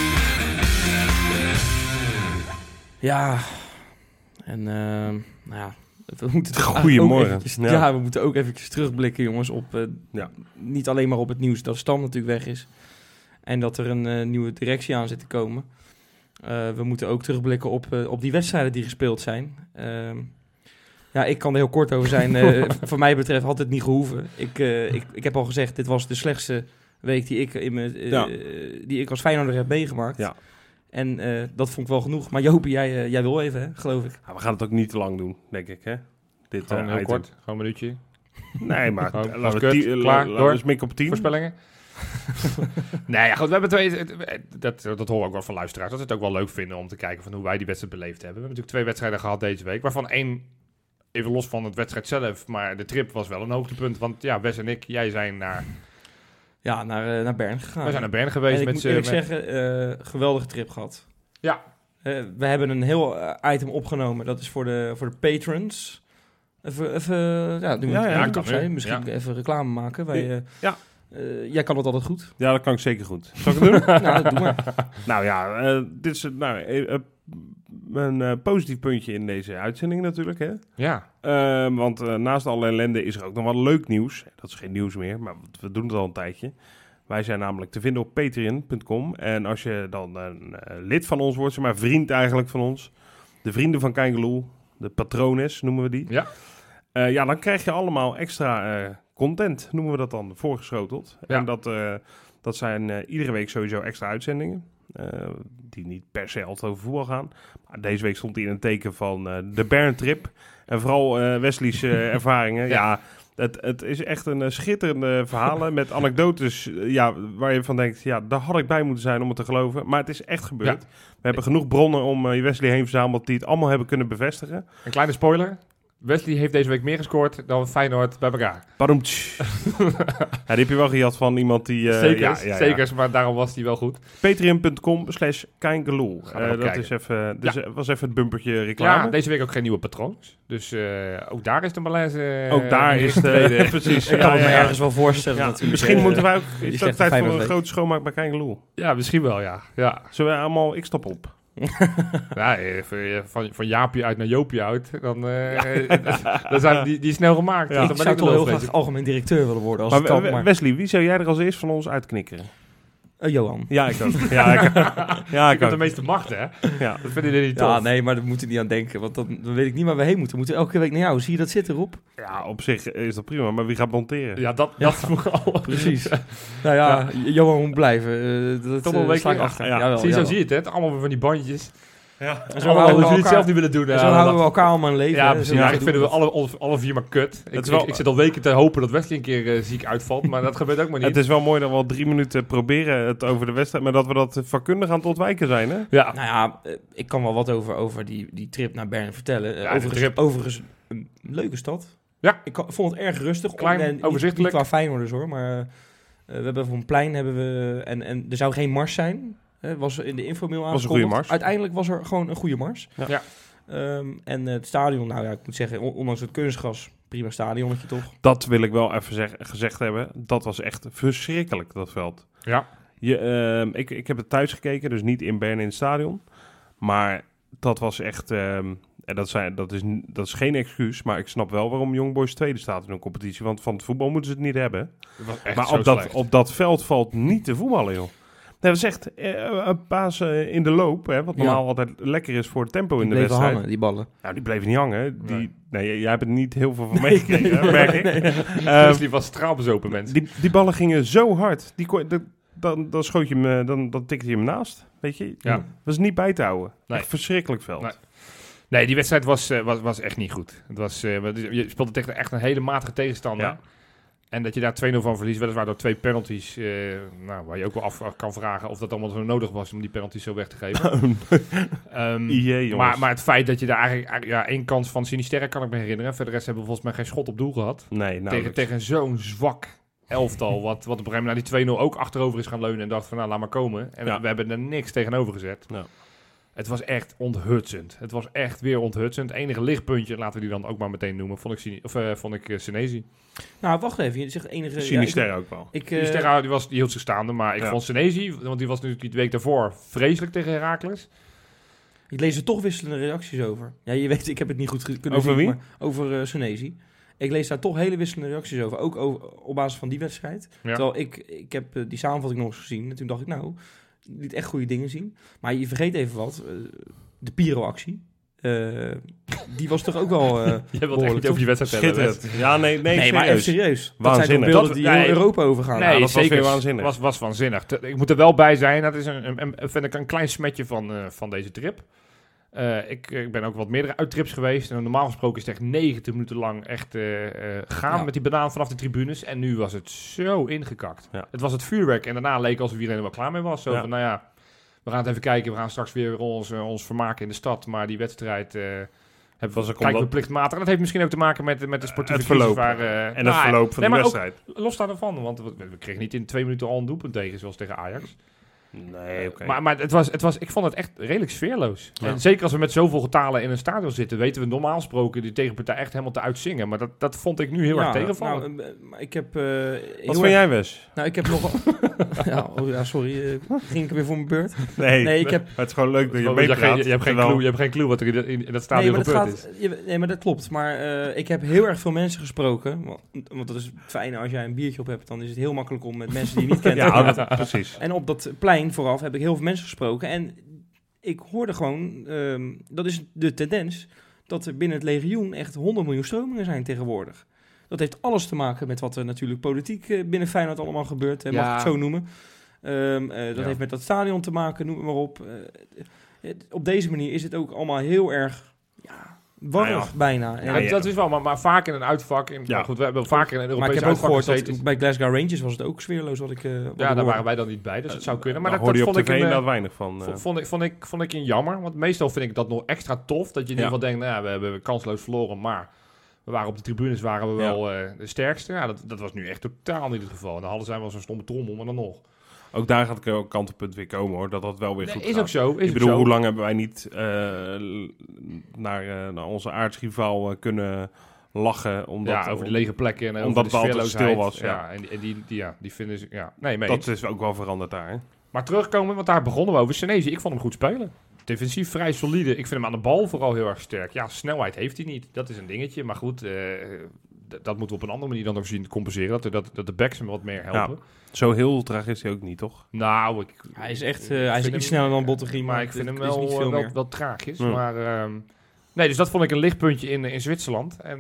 Ja, en we moeten Goedemorgen. We moeten ook eventjes terugblikken, jongens, op niet alleen maar op het nieuws dat Stam natuurlijk weg is. En dat er een nieuwe directie aan zit te komen. We moeten ook terugblikken op die wedstrijden die gespeeld zijn. Ja, ik kan er heel kort over zijn. Voor mij betreft had het niet gehoeven. Ik heb al gezegd, dit was de slechtste week die ik als Feyenoorder heb meegemaakt. Ja. En dat vond ik wel genoeg. Maar Jopie, jij wil even, hè, geloof ik. Ja, we gaan het ook niet te lang doen, denk ik. Hè? Dit gewoon heel kort, gewoon een minuutje. Nee, maar laten we eens mikken op 10. Voorspellingen? Nee, ja, goed, we hebben dat horen we ook wel van luisteraars. Dat ze het ook wel leuk vinden om te kijken van hoe wij die wedstrijd beleefd hebben. We hebben natuurlijk 2 wedstrijden gehad deze week, waarvan 1... Even los van het wedstrijd zelf, maar de trip was wel een hoogtepunt. Want ja, Wes en ik, jij zijn naar Bern gegaan. We zijn naar Bern geweest. En ik moet eerlijk zeggen, geweldige trip gehad. Ja. We hebben een heel item opgenomen. Dat is voor de patrons. Misschien even reclame maken. Jij kan het altijd goed. Ja, dat kan ik zeker goed. Zal ik het doen? Nou, doe maar. Nou ja, dit is een positief puntje in deze uitzending natuurlijk. Hè? Ja. Want naast alle ellende is er ook nog wat leuk nieuws. Dat is geen nieuws meer, maar we doen het al een tijdje. Wij zijn namelijk te vinden op patreon.com. En als je dan een lid van ons wordt, zeg maar vriend eigenlijk van ons. De vrienden van Keingeloel, de patrones noemen we die. Ja. Dan krijg je allemaal extra content, noemen we dat dan, voorgeschoteld. Ja. En dat zijn iedere week sowieso extra uitzendingen. Die niet per se altijd over voetbal gaan. Maar deze week stond hij in een teken van de Bern-trip. En vooral Wesley's ervaringen. Ja, het is echt een schitterende verhalen met anekdotes waar je van denkt, daar had ik bij moeten zijn om het te geloven. Maar het is echt gebeurd. Ja. We hebben genoeg bronnen om Wesley heen verzameld die het allemaal hebben kunnen bevestigen. Een kleine spoiler. Wesley heeft deze week meer gescoord dan Feyenoord bij elkaar. Padoemtsch. Die heb je wel gehad van iemand die... Zeker, maar daarom was die wel goed. Patreon.com/Keingeloel. Dat is even, was even het bumpertje reclame. Ja, deze week ook geen nieuwe patroons. Dus ook daar is de malaise... ook daar is de... precies. Ik kan me ergens wel voorstellen. Ja, natuurlijk. misschien moeten wij ook... Is slechte het tijd voor Feyenoord een grote schoonmaak bij Keingeloel? Ja, misschien wel, ja. Zullen wij allemaal... Ik stap op. Ja, van Jaapje uit naar Joopje uit, dan zijn die snel gemaakt. Ja. Ik zou toch heel graag algemeen directeur willen worden. Als maar, maar Wesley, wie zou jij er als eerst van ons uitknikkeren? Johan. Ja, ik ook. Ik heb de meeste macht, hè? Ja. Dat vind je niet tof. Ja, nee, maar daar moet je niet aan denken. Want dan weet ik niet waar we heen moeten. We moeten elke week naar jou. Zie je dat zitten, Rob? Ja, op zich is dat prima. Maar wie gaat monteren? Ja, dat vooral. Precies. Nou ja, Johan moet blijven. Toch wel een week achter. Ja. Zie je het, hè? Allemaal van die bandjes. Ja. En zo houden we het zelf niet willen doen. Zo houden we elkaar allemaal in leven. Ja, precies. Ja, ik vind we alle vier maar kut. Ik zit al weken te hopen dat Wesley een keer ziek uitvalt, maar dat gebeurt ook maar niet. Het is wel mooi dat we al 3 minuten proberen het over de wedstrijd, maar dat we dat vakkundig aan het ontwijken zijn, hè? Ja. Nou ja, ik kan wel wat over die trip naar Bern vertellen. Ja, overigens een leuke stad. Ja. Ik vond het erg rustig. Klein, overzichtelijk. Niet qua Feyenoorders hoor, maar we hebben voor een plein en er zou geen mars zijn. Was in de infomail aangekondigd. Was een goede mars. Uiteindelijk was er gewoon een goede mars. Ja. En het stadion, nou ja, ik moet zeggen, ondanks het kunstgras, prima stadionnetje toch? Dat wil ik wel even gezegd hebben. Dat was echt verschrikkelijk, dat veld. Ja. Ik heb het thuis gekeken, dus niet in Bern in het stadion. Maar dat was echt... en dat is geen excuus, maar ik snap wel waarom Young Boys tweede staat in een competitie. Want van het voetbal moeten ze het niet hebben. Maar op dat veld valt niet te voetballen, joh. Dat was echt een paas in de loop, hè, wat normaal altijd lekker is voor het tempo in de wedstrijd. Die bleven hangen, die ballen. Nou, die bleven niet hangen. Nee, jij hebt er niet heel veel van meegekregen, merk ik. Die was straalbezopen, mensen. Die ballen gingen zo hard. Dan schoot je hem, dan tikte je hem naast, weet je. Ja. Was niet bij te houden. Nee. Echt verschrikkelijk veld. Nee, die wedstrijd was echt niet goed. Het was, je speelde tegen echt een hele matige tegenstander. Ja. En dat je daar 2-0 van verliest, weliswaar door 2 penalties. Waar je ook wel af kan vragen of dat allemaal zo nodig was om die penalties zo weg te geven. Maar het feit dat je daar eigenlijk 1 kans van Sinisterra kan ik me herinneren. Verder rest hebben we volgens mij geen schot op doel gehad. Nee, tegen zo'n zwak elftal, wat op een gegeven moment na die 2-0 ook achterover is gaan leunen en dacht van nou, laat maar komen. En we hebben er niks tegenover gezet. Ja. Het was echt onthutsend. Het was echt weer onthutsend. Het enige lichtpuntje, laten we die dan ook maar meteen noemen, vond ik Senesi. Nou, wacht even. Je zegt enige... Sinisterra ook wel. Sinisterra die hield zich staande, maar ik vond Senesi, want die was natuurlijk de week daarvoor vreselijk tegen Heracles. Ik lees er toch wisselende reacties over. Ja, je weet, ik heb het niet goed kunnen over zien. Wie? Maar over Senesi. Ik lees daar toch hele wisselende reacties over. Ook op basis van die wedstrijd. Ja. Terwijl ik heb die samenvatting nog eens gezien. En toen dacht ik, nou, liet echt goede dingen zien. Maar je vergeet even wat. De Piro-actie. Die was toch ook wel je wilt echt niet over die wedstrijd schitterend. hebben. Ja, nee, maar even serieus. Waanzinnig. Dat zijn toch beelden die Europa overgaan. Nee, dat zeker. was weer waanzinnig. Was waanzinnig. Ik moet er wel bij zijn. Dat is vind ik een klein smetje van deze trip. Ik ben ook wat meerdere uittrips geweest. En normaal gesproken is het echt 90 minuten lang echt gaan met die banaan vanaf de tribunes. En nu was het zo ingekakt. Ja. Het was het vuurwerk. En daarna leek het alsof iedereen er wel klaar mee was. Zo van, nou ja, we gaan het even kijken. We gaan straks weer ons vermaken in de stad. Maar die wedstrijd kijken we plichtmatig. Dat heeft misschien ook te maken met de sportieve het verloop. En het verloop van de wedstrijd. Los daarvan, want we kregen niet in 2 minuten al een doelpunt tegen, zoals tegen Ajax. Nee, oké. Maar ik vond het echt redelijk sfeerloos. Ja. En zeker als we met zoveel getalen in een stadion zitten, weten we normaal gesproken die tegenpartij echt helemaal te uitzingen. Maar dat vond ik nu heel erg tegenvallen. Nou, ik heb... Wat vind jij, Wes? Nou, ik heb nog... sorry. Ging ik weer voor mijn beurt? Nee, ik heb... Het is gewoon leuk dat je meepraat. Je hebt geen clue wat er in dat stadion gebeurd is. Nee, maar dat klopt. Maar ik heb heel erg veel mensen gesproken. Want dat is het fijne, als jij een biertje op hebt, dan is het heel makkelijk om met mensen die je niet kent. Ja, precies. En op dat plein vooraf heb ik heel veel mensen gesproken. En ik hoorde gewoon, dat is de tendens, dat er binnen het legioen echt 100 miljoen stromingen zijn tegenwoordig. Dat heeft alles te maken met wat er natuurlijk politiek binnen Feyenoord allemaal gebeurt. Mag ik het zo noemen. Dat heeft met dat stadion te maken, noem het maar op. Op deze manier is het ook allemaal heel erg... warrig bijna. Ja, dat is wel, maar vaak in een uitvak. Goed, we hebben vaker in een Europese uitvak gezeten. Maar ik heb ook gehoord dat bij Glasgow Rangers was het ook sfeerloos wat ik daar waren wij dan niet bij, dus het zou kunnen. Maar dat vond ik inderdaad weinig van. Vond ik een jammer, want meestal vind ik dat nog extra tof. Dat je in ieder geval denkt, nou, we hebben kansloos verloren, maar We waren op de tribunes waren we wel de sterkste. Ja, dat was nu echt totaal niet het geval. En dan hadden zij wel zo'n stomme trommel, maar dan nog. Ook daar gaat het kantelpunt weer komen, hoor. Dat wel weer goed is gaat. Ook zo. Ik bedoel, hoe lang hebben wij niet naar onze aardsrivaal kunnen lachen? Omdat, over de lege plekken en omdat over de het altijd stil was. Ja, en die vinden ze... Ja. Nee, dat is ook wel veranderd daar, hè? Maar terugkomen, want daar begonnen we over. Senesi, ik vond hem goed spelen. Defensief vrij solide. Ik vind hem aan de bal vooral heel erg sterk. Ja, snelheid heeft hij niet. Dat is een dingetje. Maar goed, dat moeten we op een andere manier dan nog zien compenseren. Dat de backs hem wat meer helpen. Ja, zo heel traag is hij ook niet, toch? Nou, hij is echt hij is iets sneller dan Bottegien. Maar ik vind hem wel tragisch. Maar, nee, dus dat vond ik een lichtpuntje in Zwitserland. En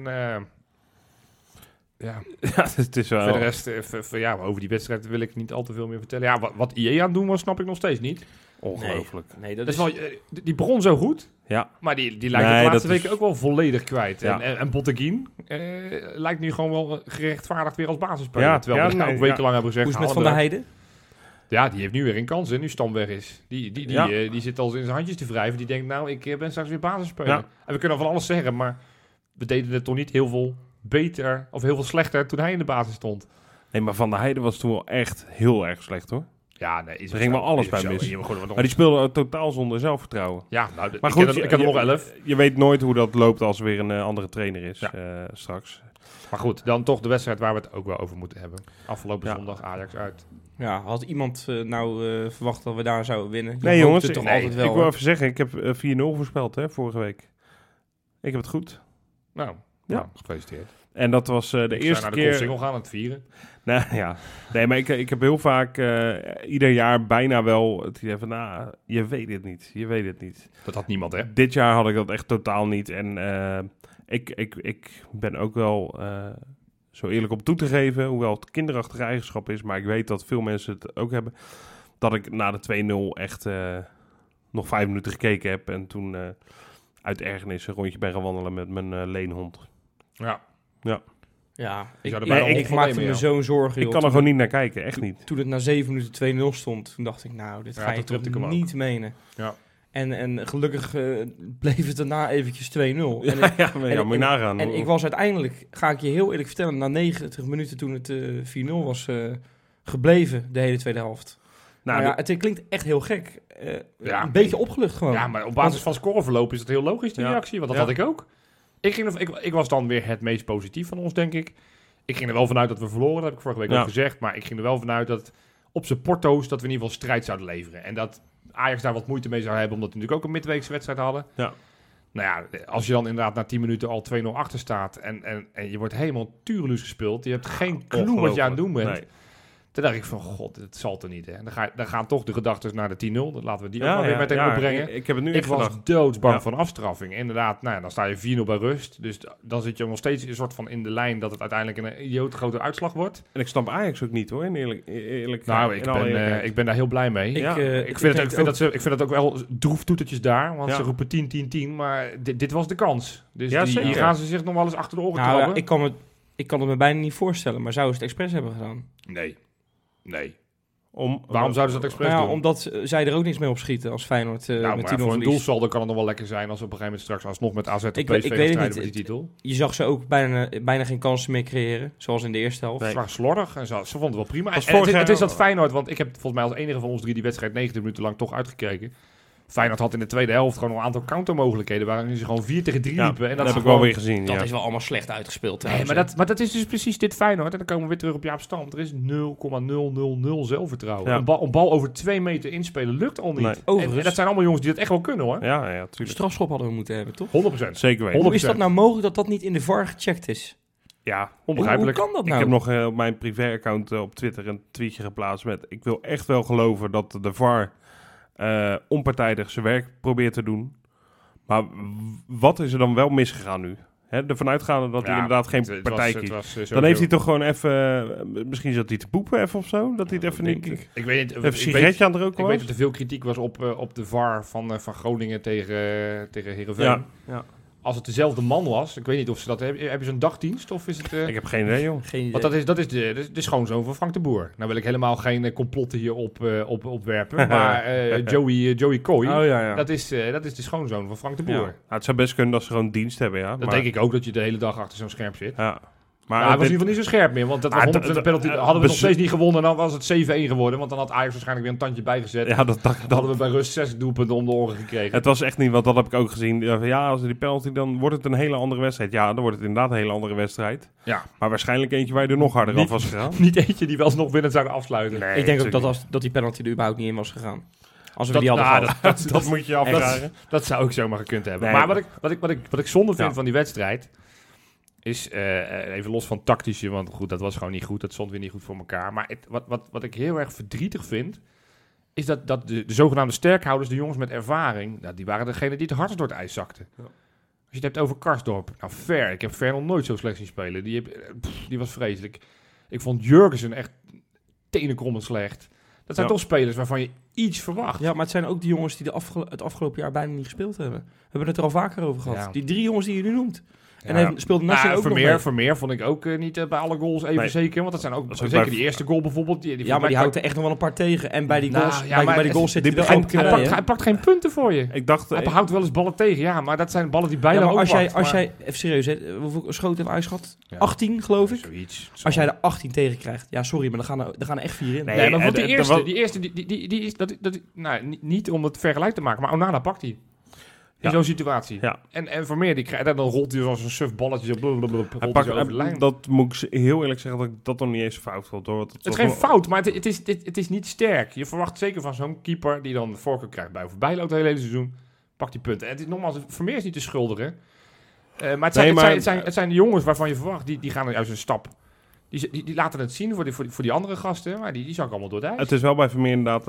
ja, het is wel... Voor de rest, over die wedstrijd wil ik niet al te veel meer vertellen. Ja, wat IE aan het doen was, snap ik nog steeds niet. Ongelooflijk. Nee, dat is wel, die begon zo goed. Ja. Maar die lijkt de laatste weken ook wel volledig kwijt. Ja. En Bottegien lijkt nu gewoon wel gerechtvaardigd weer als basisspeler. Ja, terwijl we ook wekenlang hebben gezegd... Hoe is het met Van der Heijden? Ja, die heeft nu weer een kans, hè, nu Stam weg is. Die zit al in zijn handjes te wrijven. Die denkt, nou, ik ben straks weer basisspeler. Ja. En we kunnen van alles zeggen, maar we deden het toch niet heel veel beter of heel veel slechter toen hij in de basis stond. Nee, maar Van der Heijden was toen wel echt heel erg slecht, hoor. Ja, nee, er ging wel alles bij mis. Maar die speelde totaal zonder zelfvertrouwen. Ja, nou, maar goed, ik heb er nog 11. Je weet nooit hoe dat loopt als er weer een andere trainer is straks. Maar goed, dan toch de wedstrijd waar we het ook wel over moeten hebben. Afgelopen zondag Ajax uit. Ja, had iemand verwacht dat we daar zouden winnen? Nee, jongens, toch altijd wel, ik wil even zeggen, ik heb 4-0 voorspeld, hè, vorige week. Ik heb het goed. Nou, gefeliciteerd. En dat was de eerste keer... naar de single gaan, het vieren. Nou ja, nee, maar ik heb heel vaak ieder jaar bijna wel het idee van, je weet het niet. Dat had niemand, hè? Dit jaar had ik dat echt totaal niet. En ik ben ook wel zo eerlijk om toe te geven, hoewel het kinderachtige eigenschap is, maar ik weet dat veel mensen het ook hebben, dat ik na de 2-0 echt nog 5 minuten gekeken heb en toen uit ergernis een rondje ben gaan wandelen met mijn leenhond. Ja, ik maakte me zo'n zorgen. Ik kan er gewoon niet naar kijken, echt niet. Toen het na 7 minuten 2-0 stond, toen dacht ik, nou, dit ga je toch niet menen. Ja. En gelukkig bleef het daarna eventjes 2-0. Moet je nagaan. En ik was uiteindelijk, ga ik je heel eerlijk vertellen, na 90 minuten toen het 4-0 was gebleven, de hele tweede helft. Nou, het klinkt echt heel gek. Een beetje opgelucht gewoon. Ja, maar op basis van scoreverloop is het heel logisch, de reactie. Want dat had ik ook. Ik was dan weer het meest positief van ons, denk ik. Ik ging er wel vanuit dat we verloren. Dat heb ik vorige week ook gezegd. Maar ik ging er wel vanuit dat op zijn porto's dat we in ieder geval strijd zouden leveren. En dat Ajax daar wat moeite mee zou hebben, omdat we natuurlijk ook een midweekse wedstrijd hadden. Ja. Nou ja, als je dan inderdaad na 10 minuten al 2-0 achter staat en je wordt helemaal tureluus gespeeld. Je hebt geen clue wat je aan het doen bent. Nee. Toen dacht ik van, god, het zal toch niet, hè. Dan gaan toch de gedachten naar de 10-0. Dan laten we die ook maar weer meteen opbrengen. Ik heb het nu ik was doodsbang van afstraffing. Inderdaad, dan sta je 4-0 bij rust. Dus dan zit je nog steeds een soort van in de lijn dat het uiteindelijk een idioot grote uitslag wordt. En ik snap Ajax ook niet, hoor. Eerlijk nou, ik ben daar heel blij mee. Ik vind dat ook wel droeftoetertjes daar. Want ze roepen 10-10-10. Maar dit was de kans. Dus hier gaan ze zich nog wel eens achter de oren krabben. Ik kan het me bijna niet voorstellen. Maar zouden ze het expres hebben gedaan? Nee. Waarom zouden ze dat expres doen? Omdat zij er ook niks mee opschieten als Feyenoord met 10-0 voor een doelsaldo kan het nog wel lekker zijn als we op een gegeven moment straks alsnog met AZ en PSV strijden voor die titel. Je zag ze ook bijna geen kansen meer creëren, zoals in de eerste helft. Ze waren slordig en ze vonden het wel prima. Het is dat Feyenoord, want ik heb volgens mij als enige van ons 3 die wedstrijd 90 minuten lang toch uitgekeken. Feyenoord had in de tweede helft gewoon een aantal countermogelijkheden waarin ze gewoon 4 tegen 3 liepen. En dat heb ik wel weer gezien. Dat is wel allemaal slecht uitgespeeld. Nee, maar dat is dus precies dit Feyenoord. En dan komen we weer terug op Jaap Stam. Er is 0,000 zelfvertrouwen. Ja. Een bal over 2 meter inspelen lukt al niet. Nee. En dat zijn allemaal jongens die dat echt wel kunnen, hoor. Ja, tuurlijk. Strafschop hadden we moeten hebben, toch? 100%. Zeker weten. 100%. Hoe is dat nou mogelijk dat dat niet in de VAR gecheckt is? Ja, onbegrijpelijk. Hoe kan dat nou? Ik heb nog op mijn privé-account op Twitter een tweetje geplaatst met... Ik wil echt wel geloven dat de VAR... onpartijdig zijn werk probeert te doen. Maar wat is er dan wel misgegaan nu? Ervan uitgaande dat hij inderdaad geen partij kiest. Dan heeft hij toch gewoon even... misschien zat hij te poepen even of zo. Dat hij het even niet... Ik weet niet... Even een sigaretje aan er ook was. Ik weet dat er veel kritiek was op de VAR van Groningen tegen Heerenveen. Ja. als het dezelfde man was, ik weet niet of ze dat hebben. Heb je zo'n dagdienst of is het... Ik heb geen idee, joh. Geen idee. Want dat is de schoonzoon van Frank de Boer. Nou wil ik helemaal geen complotten hier opwerpen. Maar Joey Coy, dat is de schoonzoon van Frank de Boer. Ja. Nou, het zou best kunnen dat ze gewoon dienst hebben, ja. Dat denk ik ook, dat je de hele dag achter zo'n scherm zit. Ja. Maar hij was in ieder geval niet zo scherp meer, want dat was 100% penalty. Hadden we nog steeds niet gewonnen, dan was het 7-1 geworden. Want dan had Ajax waarschijnlijk weer een tandje bijgezet. Ja, dan hadden we bij rust 6 doelpunten om de oren gekregen. Het was echt niet, want dat heb ik ook gezien. Ja, als er die penalty, dan wordt het een hele andere wedstrijd. Ja, dan wordt het inderdaad een hele andere wedstrijd. Ja. Maar waarschijnlijk eentje waar je er nog harder af was gegaan. Niet eentje die wel eens nog winnen zouden afsluiten. Nee, ik denk ook dat die penalty er überhaupt niet in was gegaan. Als we die hadden gehad. Dat moet je afvragen. Dat zou ik zomaar gekund hebben. Nee, maar wat ik zonde vind van die wedstrijd... is even los van tactische, want goed, dat was gewoon niet goed. Dat stond weer niet goed voor elkaar. Maar wat ik heel erg verdrietig vind... is dat de zogenaamde sterkhouders, de jongens met ervaring... die waren degene die het hardst door het ijs zakten. Ja. Als je het hebt over Karsdorp. Nou, Ver. Ik heb Ver nog nooit zo slecht zien spelen. Die was vreselijk. Ik vond Jurgensen echt tenenkrommend slecht. Dat zijn toch spelers waarvan je iets verwacht. Ja, maar het zijn ook die jongens die het afgelopen jaar bijna niet gespeeld hebben. We hebben het er al vaker over gehad. Ja. Die 3 jongens die je nu noemt. En hij speelde Nassing ook nog mee. Vermeer vond ik ook niet bij alle goals even zeker. Want dat zijn ook zeker die eerste goal bijvoorbeeld. Maar die houdt er echt nog wel een paar tegen. En bij die goals, bij die goals zit hij wel ook... Hij pakt geen punten voor je. Ik dacht, hij houdt wel eens ballen tegen. Ja, maar dat zijn ballen die bijna ook als jij even serieus, hoeveel schoten heeft Ajax gehad? 18, geloof ik. Zoiets. Als jij er 18 tegen krijgt. Ja, sorry, maar dan gaan er echt 4 in. Nee, maar die eerste, die is... Niet om het vergelijk te maken, maar Onana pakt hij. In zo'n situatie. Ja. En Vermeer, die krijgt, dan rolt hij zoals een suf balletje. Dat moet ik heel eerlijk zeggen dat ik dat nog niet eens fout vond. Hoor. Het is geen fout, maar het is niet sterk. Je verwacht zeker van zo'n keeper die dan de voorkeur krijgt bij Bijlo het hele seizoen. Pakt die punten. En het is nogmaals, Vermeer is niet te schuldigen. Maar het zijn de jongens waarvan je verwacht, die gaan juist een stap. Die laten het zien voor die andere gasten, maar die zakken allemaal door de ijs. Het is wel bij Vermeer inderdaad,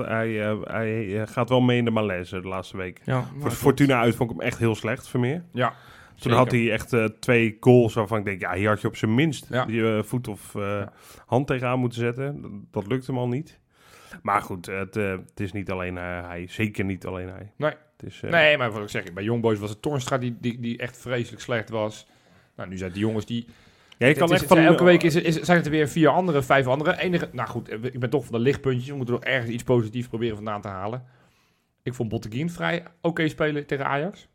hij gaat wel mee in de malaise de laatste week. Ja, voor Fortuna uit vond ik hem echt heel slecht, Vermeer. Ja. Toen had hij echt 2 goals waarvan ik denk, hier had je op zijn minst die voet of hand tegenaan moeten zetten. Dat lukt hem al niet. Maar goed, het is niet alleen hij, zeker niet alleen hij. Nee, het is, nee, maar wat ik zeg, bij Young Boys was het Toornstra die echt vreselijk slecht was. Nou, nu zijn die jongens die... Ja, elke week zijn het er weer 4 andere, 5 andere. Nou goed, ik ben toch van de lichtpuntjes. We moeten nog ergens iets positiefs proberen vandaan te halen. Ik vond Botteguin vrij oké spelen tegen Ajax.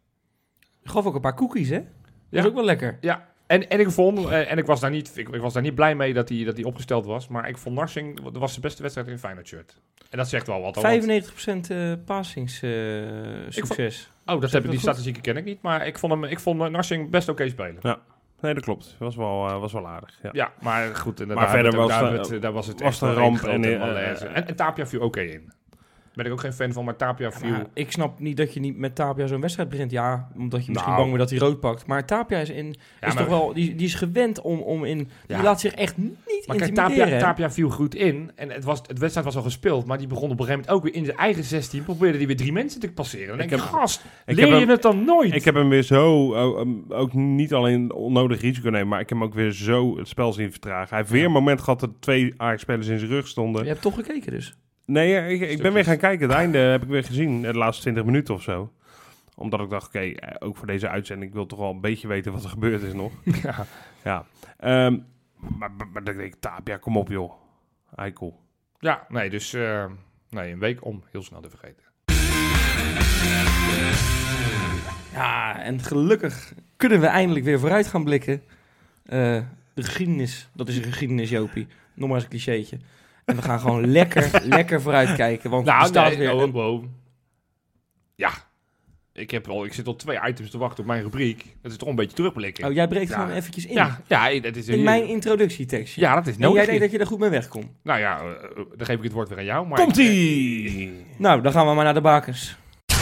Ik gaf ook een paar cookies, hè? Dat is ook wel lekker. Ja, en ik vond, en ik was daar niet blij mee dat hij opgesteld was. Maar ik vond Narsing, dat was de beste wedstrijd in een Feyenoord shirt. En dat zegt wel wat. 95% passings succes. Die statistieken ken ik niet. Maar ik vond Narsing best oké spelen. Ja. Nee, dat klopt. Was wel aardig. Ja, maar goed. Maar verder was het echt een ramp. En Tapia viel oké in. Ben ik ook geen fan van, maar Tapia viel... Ja, ik snap niet dat je niet met Tapia zo'n wedstrijd begint. Ja, omdat je misschien bang bent dat hij rood pakt. Maar Tapia is toch wel... Die is gewend om in... Die laat zich echt niet intimideren. Kijk, Tapia viel goed in. En het wedstrijd was al gespeeld. Maar die begon op een gegeven moment ook weer in zijn eigen 16. Probeerde hij weer 3 mensen te passeren. Dan denk ik, gast, leer je het dan nooit? Ik heb hem weer zo... ook niet alleen onnodig risico nemen. Maar ik heb hem ook weer zo het spel zien vertragen. Hij heeft weer een moment gehad dat 2 Ajax-spelers in zijn rug stonden. Je hebt toch gekeken dus? Nee, ik ben weer gaan kijken. Het einde heb ik weer gezien. De laatste 20 minuten of zo. Omdat ik dacht, oké, ook voor deze uitzending... ik wil toch wel een beetje weten wat er gebeurd is nog. Ja. Maar dan denk ik, Tapia, kom op joh. Eikel. Ja, nee, dus een week om heel snel te vergeten. Ja, en gelukkig kunnen we eindelijk weer vooruit gaan blikken. De geschiedenis, dat is een geschiedenis, Jopie. Nog maar eens een clichétje. En we gaan gewoon lekker vooruit kijken. Want er staat weer... Ja, ik zit al 2 items te wachten op mijn rubriek. Dat is toch een beetje terugblikken. Oh, jij breekt gewoon eventjes in. Ja, dat is in mijn introductietekst. Ja, dat is nodig. En jij denkt dat je er goed mee wegkomt. Nou ja, dan geef ik het woord weer aan jou. Maar Komt-ie! Nou, dan gaan we maar naar de bakens.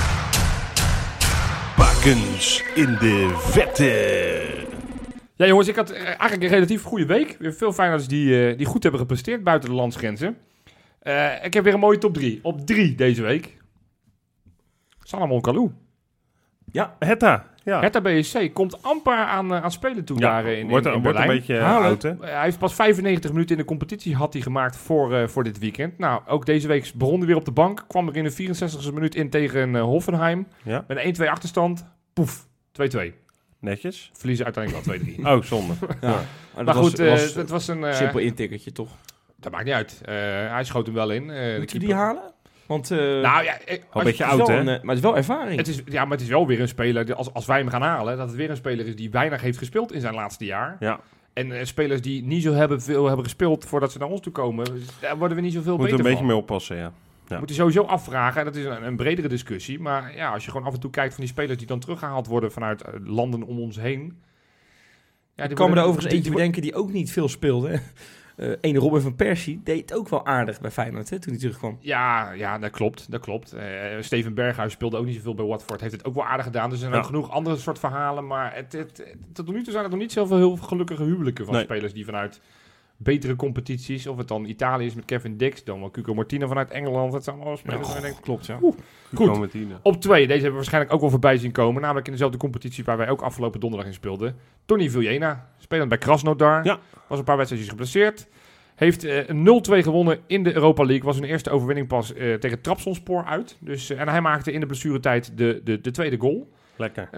Bakens in de vette. Ja jongens, ik had eigenlijk een relatief goede week. Weer veel Feyenoorders die goed hebben gepresteerd buiten de landsgrenzen. Ik heb weer een mooie top 3. Op 3 deze week. Salomon Kalou. Ja, Hertha. Ja. Hertha BSC komt amper aan spelen toe daar in Berlijn. Wordt een beetje oud, hè? Hij heeft pas 95 minuten in de competitie had hij gemaakt voor dit weekend. Nou, ook deze week begon hij weer op de bank. Kwam er in de 64e minuut in tegen Hoffenheim. Ja. Met een 1-2 achterstand. Poef, 2-2. Netjes. Verliezen uiteindelijk wel 2-3. Oh, zonde. Ja. Maar goed, het was een... simpel intikkertje, toch? Dat maakt niet uit. Hij schoot hem wel in. Moet je die halen? Want Nou ja, een beetje oud, hè? maar het is wel ervaring. maar het is wel weer een speler, als wij hem gaan halen, dat het weer een speler is die weinig heeft gespeeld in zijn laatste jaar. Ja. En spelers die niet veel hebben gespeeld voordat ze naar ons toe komen, daar worden we niet zoveel Moet beter er een van. beetje mee oppassen, ja. Ja. Moet je sowieso afvragen, en dat is een bredere discussie, maar ja, als je gewoon af en toe kijkt van die spelers die dan teruggehaald worden vanuit landen om ons heen. Ja, Ik kan me er overigens eentje bedenken die ook niet veel speelde. Ene Robin van Persie deed het ook wel aardig bij Feyenoord, hè, toen hij terugkwam. Ja, dat klopt. Steven Berghuis speelde ook niet zoveel bij Watford. Heeft het ook wel aardig gedaan. Dus er zijn ook genoeg andere soort verhalen. Maar tot nu toe zijn er nog niet zoveel heel gelukkige huwelijken van spelers die vanuit betere competities, of het dan Italië is met Kevin Dix, dan wel Cuco Martina vanuit Engeland. Dat zijn allemaal spelers. Ja, klopt, ja. Goed, op 2. Deze hebben we waarschijnlijk ook wel voorbij zien komen. Namelijk in dezelfde competitie waar wij ook afgelopen donderdag in speelden. Tony Villena, spelend bij Krasnodar. Ja. Was een paar wedstrijdjes geblesseerd. Heeft 0-2 gewonnen in de Europa League. Was zijn eerste overwinning pas tegen Trabzonspor uit. Dus, en hij maakte in de blessuretijd de tweede goal. Lekker.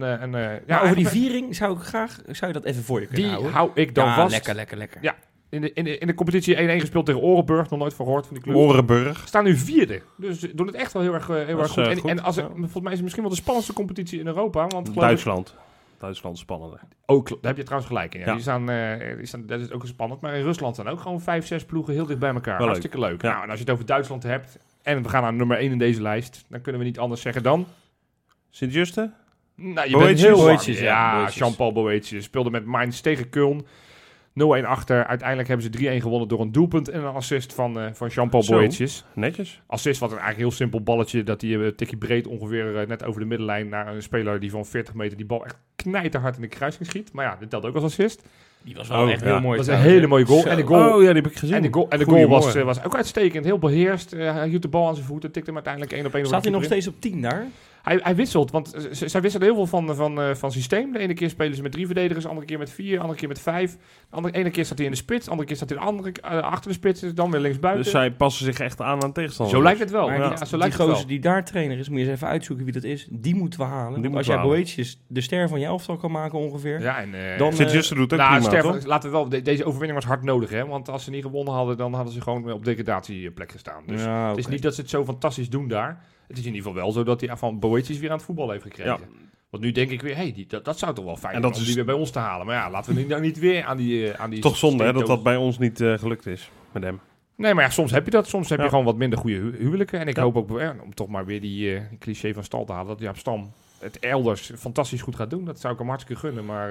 Ja, over die viering zou je dat even voor je kunnen houden? Die hou ik dan vast. Lekker. Ja. In de competitie 1-1 gespeeld tegen Orenburg. Nog nooit van gehoord van die club. Orenburg. Staan nu 4e. Dus doen het echt wel heel erg goed. En volgens mij is het misschien wel de spannendste competitie in Europa. Want Duitsland is spannender. Ook, daar heb je trouwens gelijk in. Ja. Die staan, dat is ook spannend. Maar in Rusland staan ook gewoon 5-6 ploegen heel dicht bij elkaar. Wel hartstikke leuk. Ja. Nou, en als je het over Duitsland hebt en we gaan naar nummer 1 in deze lijst, dan kunnen we niet anders zeggen dan... Sint-Juste? Nou, je bent heel warm. Ja, Jean-Paul Boetius speelde met Mainz tegen Köln. 0-1 achter. Uiteindelijk hebben ze 3-1 gewonnen door een doelpunt en een assist van Jean-Paul Boetius. Netjes. Assist, wat een eigenlijk heel simpel balletje. Dat hij een tikje breed ongeveer net over de middenlijn naar een speler die van 40 meter die bal echt knijterhard in de kruising schiet. Maar ja, dit telt ook als assist. Die was wel echt heel mooi. Dat was een hele mooie goal. En de goal, die heb ik gezien. En de goal was ook uitstekend. Heel beheerst. Hij hield de bal aan zijn voeten. Tikte hem uiteindelijk 1-op-1. Staat hij nog steeds op 10 daar? Hij wisselt, want zij wisselen heel veel van systeem. De ene keer spelen ze met 3 verdedigers, de andere keer met 4, de andere keer met 5. De ene keer staat hij in de spits, de andere keer staat hij achter de spits, dan weer linksbuiten. Dus zij passen zich echt aan de tegenstander. Zo lijkt het wel. Die gozer die daar trainer is, moet je eens even uitzoeken wie dat is. Die moeten we halen. Als jij Boetius de ster van je elftal kan maken ongeveer. Ja, en dan Sint-Juste doet ook prima, toch? Laten we wel, deze overwinning was hard nodig, hè? Want als ze niet gewonnen hadden, dan hadden ze gewoon op degradatieplek gestaan. Dus het is niet dat ze het zo fantastisch doen daar. Het is in ieder geval wel zo dat hij van Boetius weer aan het voetbal heeft gekregen. Ja. Want nu denk ik weer, dat zou toch wel fijn zijn om die weer bij ons te halen. Maar ja, laten we nu niet weer aan die toch zonde hè, dat bij ons niet gelukt is met hem. Nee, maar ja, soms heb je dat. Soms heb je gewoon wat minder goede huwelijken. En ik hoop ook, om toch maar weer die cliché van stal te halen, dat Jaap Stam het elders fantastisch goed gaat doen. Dat zou ik hem hartstikke gunnen. Maar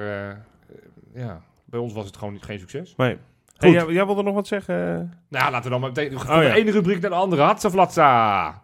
bij ons was het gewoon geen succes. Nee. Hey, jij wilde nog wat zeggen? Nou, laten we dan maar meteen van de ene rubriek naar de andere. Hatsaflatsa!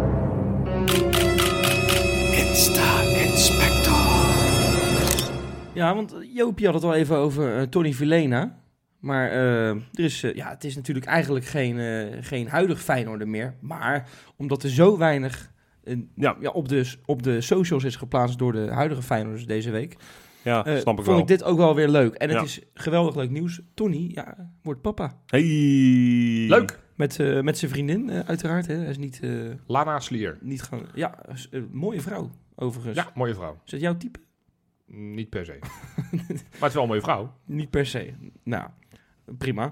Insta-inspector. Ja, want Joopie had het al even over Tony Villena. Maar het is natuurlijk eigenlijk geen huidig Feyenoorder meer. Maar omdat er zo weinig op de socials is geplaatst door de huidige Feyenoorders deze week... Ja, snap ik vond wel. Ik dit ook wel weer leuk. En het is geweldig leuk nieuws. Tony wordt papa. Hey. Leuk. Met zijn vriendin, uiteraard. Hè. Hij is niet... Lana Slier. Niet gaan... Ja, mooie vrouw, overigens. Ja, mooie vrouw. Is dat jouw type? Niet per se. Maar het is wel een mooie vrouw. Niet per se. Nou, prima.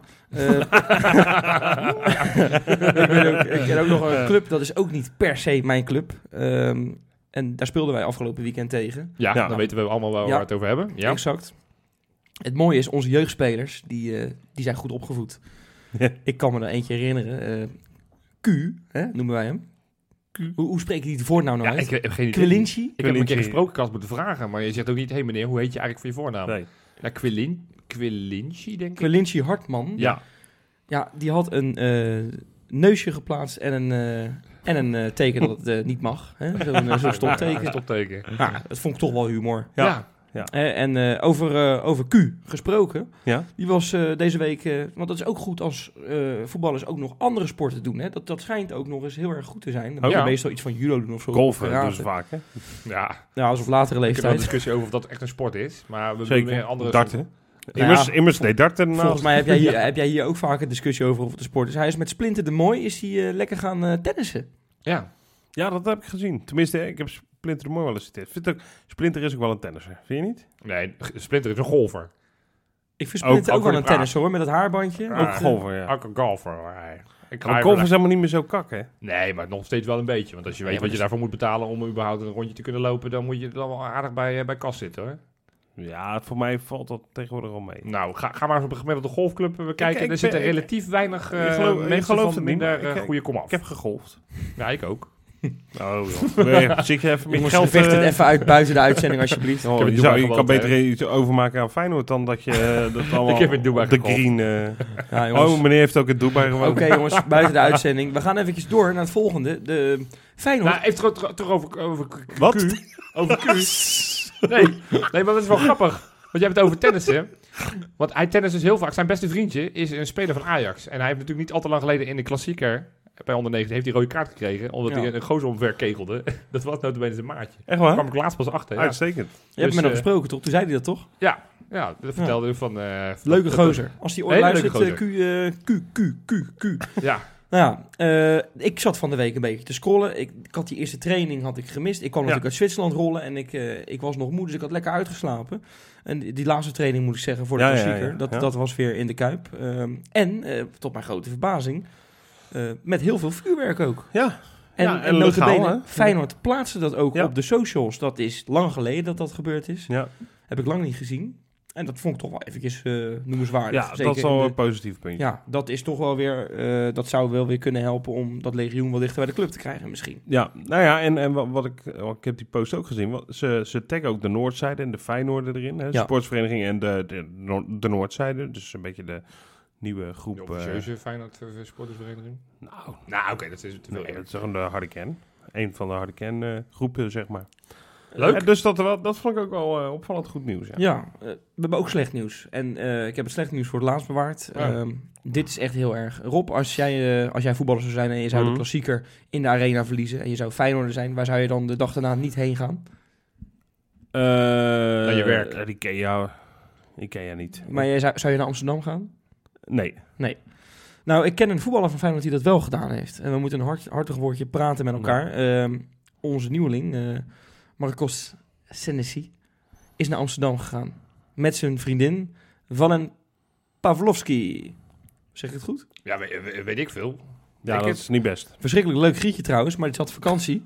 Ik ken ook nog een club, dat is ook niet per se mijn club. En daar speelden wij afgelopen weekend tegen. Ja, dan weten we allemaal waar we het over hebben. Ja, exact. Het mooie is, onze jeugdspelers, die zijn goed opgevoed. Ja. Ik kan me er eentje herinneren. Q, noemen wij hem. Hoe spreek je die voornaam nou uit? Ik heb geen idee. Quilinci? Ik heb een keer gesproken, ik had het moeten vragen. Maar je zegt ook niet, hé meneer, hoe heet je eigenlijk voor je voornaam? Nee. Ja, Quilinci, denk ik. Quilinci Hartman. Ja. Ja, die had een neusje geplaatst en een teken dat het niet mag. Zo'n stopteken. Stopteken. Ja, dat vond ik toch wel humor. Ja. En over Q gesproken. Ja? Die was deze week... want dat is ook goed als voetballers ook nog andere sporten doen. Hè? Dat schijnt ook nog eens heel erg goed te zijn. Dan moet je meestal iets van judo doen of zo. Golfen doen ze vaak, hè? Ja, als op latere leeftijd. Ik heb wel een discussie over of dat echt een sport is. Maar we zeker. doen weer andere... Darten. Immers nee, darten. Volgens mij heb jij hier ook vaak een discussie over of het een sport is. Hij is met Splinter de Mooi lekker gaan tennissen. Ja. Ja, dat heb ik gezien. Tenminste, ik heb Splinter de Mooi wel eens citeert. Splinter is ook wel een tennisser, vind je niet? Nee, Splinter is een golfer. Ik vind Splinter ook wel een tennis hoor, met dat haarbandje. Ja, ook golfer, ja. Ook een golfer. Maar golf is helemaal niet meer zo kak, hè? Nee, maar nog steeds wel een beetje. Want als je weet wat je daarvoor moet betalen om überhaupt een rondje te kunnen lopen, dan moet je er wel aardig bij kas zitten, hoor. Ja, voor mij valt dat tegenwoordig al mee. Nou, ga maar eens op een gemiddelde golfclub kijken. Er zitten relatief weinig mensen van minder goede komaf. Ik heb gegolfd. Ja, ik ook. Oh, joh. Zit je even met Jongens, geld... vecht het even uit buiten de uitzending, alsjeblieft. Oh, je kan beter iets overmaken aan Feyenoord dan dat je dat allemaal Ik heb in Dubai op de gegolfd. green... Ja, jongens. meneer heeft ook in Dubai gewoond. Oké, jongens, buiten de uitzending. We gaan eventjes door naar het volgende. De Feyenoord. Nou, even toch over Wat? Q. Over Q. Nee, maar dat is wel grappig. Want jij hebt het over tennissen. Want hij tennis dus heel vaak. Zijn beste vriendje is een speler van Ajax. En hij heeft natuurlijk niet al te lang geleden in de klassieker... Bij onder 19 heeft hij rode kaart gekregen. Omdat hij een gozer omver kegelde. Dat was notabene zijn maatje. Echt waar? Daar kwam ik laatst pas achter. Ja. Uitstekend. Je hebt met hem gesproken, toch? Toen zei hij dat, toch? Ja, dat vertelde hij van... Leuke gozer. Als hij ooit luistert, leuke Q. Ja. Nou ja, ik zat van de week een beetje te scrollen. Ik had die eerste training gemist. Ik kwam natuurlijk uit Zwitserland rollen en ik was nog moe, dus ik had lekker uitgeslapen. En die laatste training, moet ik zeggen, voor de klassieker, dat was weer in de Kuip. En, tot mijn grote verbazing, met heel veel vuurwerk ook. Ja. En notabene, Feyenoord plaatste dat ook op de socials. Dat is lang geleden dat gebeurd is. Ja. Heb ik lang niet gezien. En dat vond ik toch wel eventjes noemenswaardig. Ja, zeker dat is wel een positief puntje. Ja, dat is toch wel weer... dat zou wel weer kunnen helpen om dat legioen wel dichter bij de club te krijgen misschien. Ja, nou ja, en wat ik heb die post ook gezien. Ze taggen ook de Noordzijde en de Feyenoorder erin. Hè, de sportsvereniging en de Noordzijde. Dus een beetje de nieuwe groep. De officieuze Feyenoord sportersvereniging? Nou, oké, dat is te veel. Nee, dat is gewoon de harde kern. Een van de harde kern groepen, zeg maar. Leuk. Dus dat vond ik ook wel opvallend goed nieuws. Ja, we hebben ook slecht nieuws. En ik heb het slecht nieuws voor het laatst bewaard. Ja. Dit is echt heel erg. Rob, als jij voetballer zou zijn en je zou de klassieker in de arena verliezen en je zou Feyenoorder zijn, waar zou je dan de dag daarna niet heen gaan? Naar je werk. Ikea niet. Maar zou je naar Amsterdam gaan? Nee. Nou, ik ken een voetballer van Feyenoord die dat wel gedaan heeft. En we moeten een hartig woordje praten met elkaar. Onze nieuweling, Marcos Senesi, is naar Amsterdam gegaan. Met zijn vriendin, Valen Pavlovski. Zeg ik het goed? Ja, weet ik veel. Ja, dat is niet best. Verschrikkelijk leuk grietje trouwens, maar die zat op vakantie.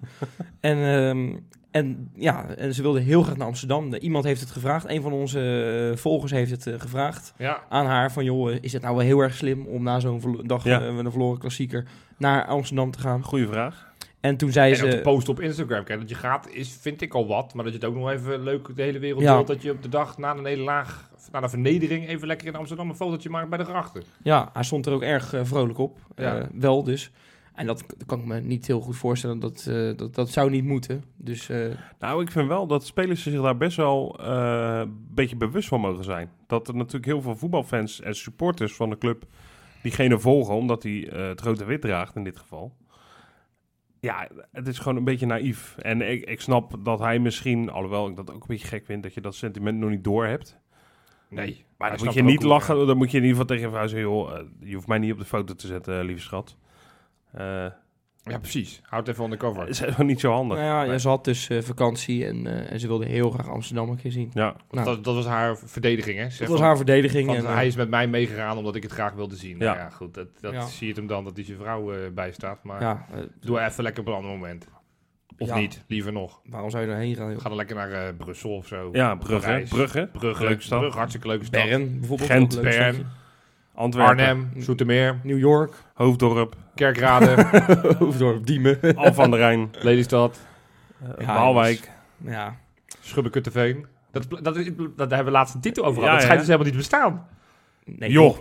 En ze wilde heel graag naar Amsterdam. Iemand heeft het gevraagd. Een van onze volgers heeft het gevraagd aan haar. Van joh, is het nou wel heel erg slim om na zo'n dag met een verloren klassieker naar Amsterdam te gaan? Goeie vraag. En toen zei ze... En ook de post op Instagram. Kijk, dat je gaat, vind ik al wat. Maar dat je het ook nog even leuk de hele wereld deelt. Dat je op de dag na de nederlaag, na de vernedering, even lekker in Amsterdam een fotootje maakt bij de grachten. Ja, hij stond er ook erg vrolijk op. Wel dus. En dat kan ik me niet heel goed voorstellen. Dat zou niet moeten. Dus, Nou, ik vind wel dat spelers zich daar best wel een beetje bewust van mogen zijn. Dat er natuurlijk heel veel voetbalfans en supporters van de club diegene volgen, omdat hij het rode wit draagt in dit geval. Ja, het is gewoon een beetje naïef. En ik snap dat hij misschien, alhoewel ik dat ook een beetje gek vind, dat je dat sentiment nog niet door hebt. Nee. Maar dan moet je niet lachen. Dan moet je in ieder geval tegen je vrouw zeggen, joh, je hoeft mij niet op de foto te zetten, lieve schat. Ja, precies. Houd even undercover. Dat is helemaal niet zo handig. Nou ja, ze had dus vakantie en ze wilde heel graag Amsterdam een keer zien. Ja. Dat was haar verdediging, hè? Dat was haar verdediging. En, hij is met mij meegegaan omdat ik het graag wilde zien. Ja. Nou ja, goed. Dat zie je hem dan, dat hij zijn vrouw bijstaat. Maar doe even lekker op een ander moment. Of niet, liever nog. Waarom zou je erheen gaan? Joh? Ga dan lekker naar Brussel of zo. Ja, Brugge. Leuke stad. Hartstikke leuke stad. Bern, bijvoorbeeld. Gent, Bern. Antwerpen. Arnhem, Zoetermeer. New York. Hoofddorp. Kerkrade. Hoofddorp, Diemen. Alphen aan de Rijn. Lelystad. Waalwijk. Ja. Schubbekutteveen. Dat hebben we laatst een titel over gehad. Dat schijnt dus helemaal niet te bestaan. Nee, joh.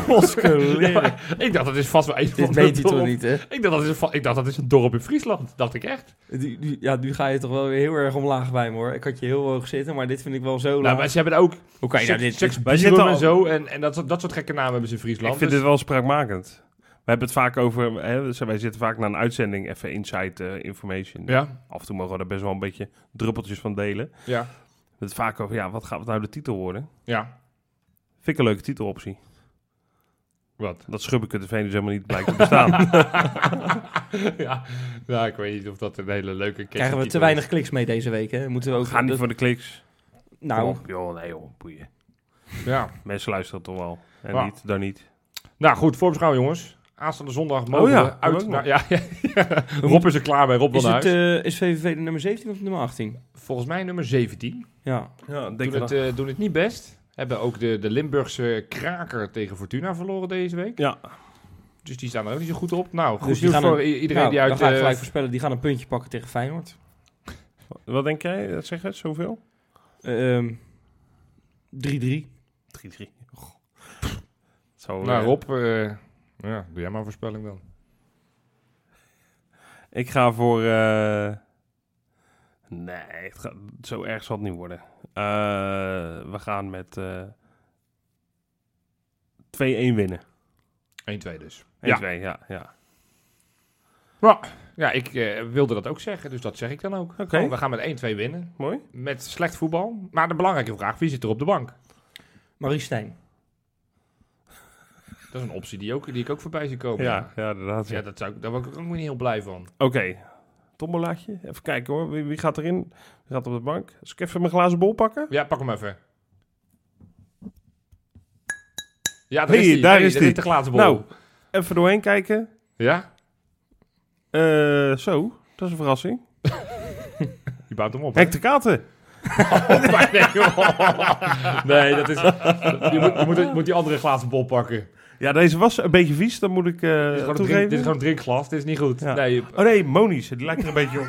Ja, ik dacht dat is vast wel een van de weet hij toch niet, hè? Ik dacht dat is een dorp in Friesland. Dacht ik echt. Nu ga je toch wel weer heel erg omlaag bij me, hoor. Ik had je heel hoog zitten, maar dit vind ik wel zo laag. Nou, maar ze hebben ook... Hoe kan je nou dit... Wij zitten en zo. En dat soort gekke namen hebben ze in Friesland. Ik vind dit wel spraakmakend. We hebben het vaak over... wij zitten vaak naar een uitzending, even inside information. Ja. Af en toe mogen we daar best wel een beetje druppeltjes van delen. Ja. We hebben het vaak over, wat gaat nou de titel worden? Ja. Vind ik een leuke titeloptie. Wat? Dat Schubbeke-TV dus helemaal niet blijkt te bestaan. ja, ik weet niet of dat een hele leuke... Krijgen we te weinig kliks mee deze week, hè? Moeten we ook... Ga niet voor de kliks. Nou... Kom op, joh, nee joh, boeien. Ja. Mensen luisteren toch wel. En Ja. niet, dan niet. Nou goed, voorbeschouwen jongens. Aanstaande zondag mogen we uit... Ja. Rob is er klaar bij. Rob wil naar huis. Is VVV de nummer 17 of de nummer 18? Volgens mij nummer 17. Ja. Doen het niet best. Hebben ook de Limburgse kraker tegen Fortuna verloren deze week. Ja. Dus die staan er ook niet zo goed op. Nou, goed Dus nieuws voor iedereen die uit... Dan ga ik gelijk voorspellen. Die gaan een puntje pakken tegen Feyenoord. Wat denk jij? Zeg het, zoveel? 3-3. 3-3. Zo, Nou Rob, doe jij maar een voorspelling dan. Ik ga voor... Nee, zo erg zal het niet worden. We gaan met 2-1 winnen. 1-2 dus. 1-2, ja. Ja, ik wilde dat ook zeggen, dus dat zeg ik dan ook. Oké. We gaan met 1-2 winnen. Mooi. Met slecht voetbal. Maar de belangrijke vraag, wie zit er op de bank? Marie Stijn. Dat is een optie die ik ook voorbij zie komen. Ja, inderdaad. Ja, daar word ik ook niet heel blij van. Oké. Tombolaatje. Even kijken hoor. Wie gaat erin? Wie gaat op de bank? Zal ik even mijn glazen bol pakken? Ja, pak hem even. Ja, Daar is die. de glazen bol. Nou, even doorheen kijken. Ja? Zo, dat is een verrassing. Je bouwt hem op, Henk de Katen. Nee, dat is... Je moet die andere glazen bol pakken. Ja, deze was een beetje vies. Dan moet ik toegeven. Dit is gewoon een drinkglas. Dit is niet goed. Ja. Nee, Oh nee, Moni's. Die lijkt er een beetje op.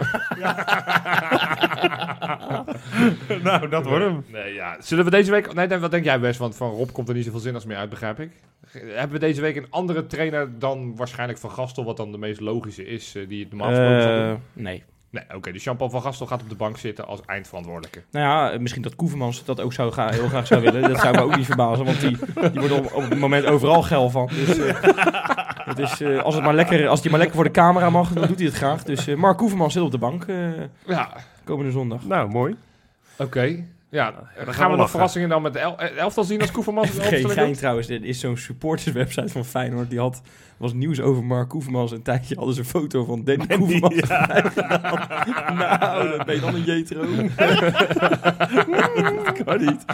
Nou, dat wordt hem. Nee, ja. Zullen we deze week... Nee, wat denk jij best? Want van Rob komt er niet zoveel zinnigs meer uit, begrijp ik. Hebben we deze week een andere trainer dan waarschijnlijk Van Gastel, wat dan de meest logische is, die het normaal gesproken zal doen? Nee. Nee, oké. Dus Jean-Paul Van Gastel gaat op de bank zitten als eindverantwoordelijke. Nou ja, misschien dat Koevermans dat ook heel graag zou willen. Dat zou me ook niet verbazen, want die wordt op het moment overal geil van. Dus als hij maar lekker voor de camera mag, dan doet hij het graag. Dus Mark Koevermans zit op de bank komende zondag. Nou, mooi. Oké. Ja, dan gaan we nog verrassingen dan met de elftal zien als Koevermans? Geen gein trouwens, er is zo'n supporterswebsite van Feyenoord. Die was nieuws over Mark Koevermans. Een tijdje hadden ze een foto van Danny Koevermans. Ja. Nou, dat ben je dan een jetro. Dat kan niet.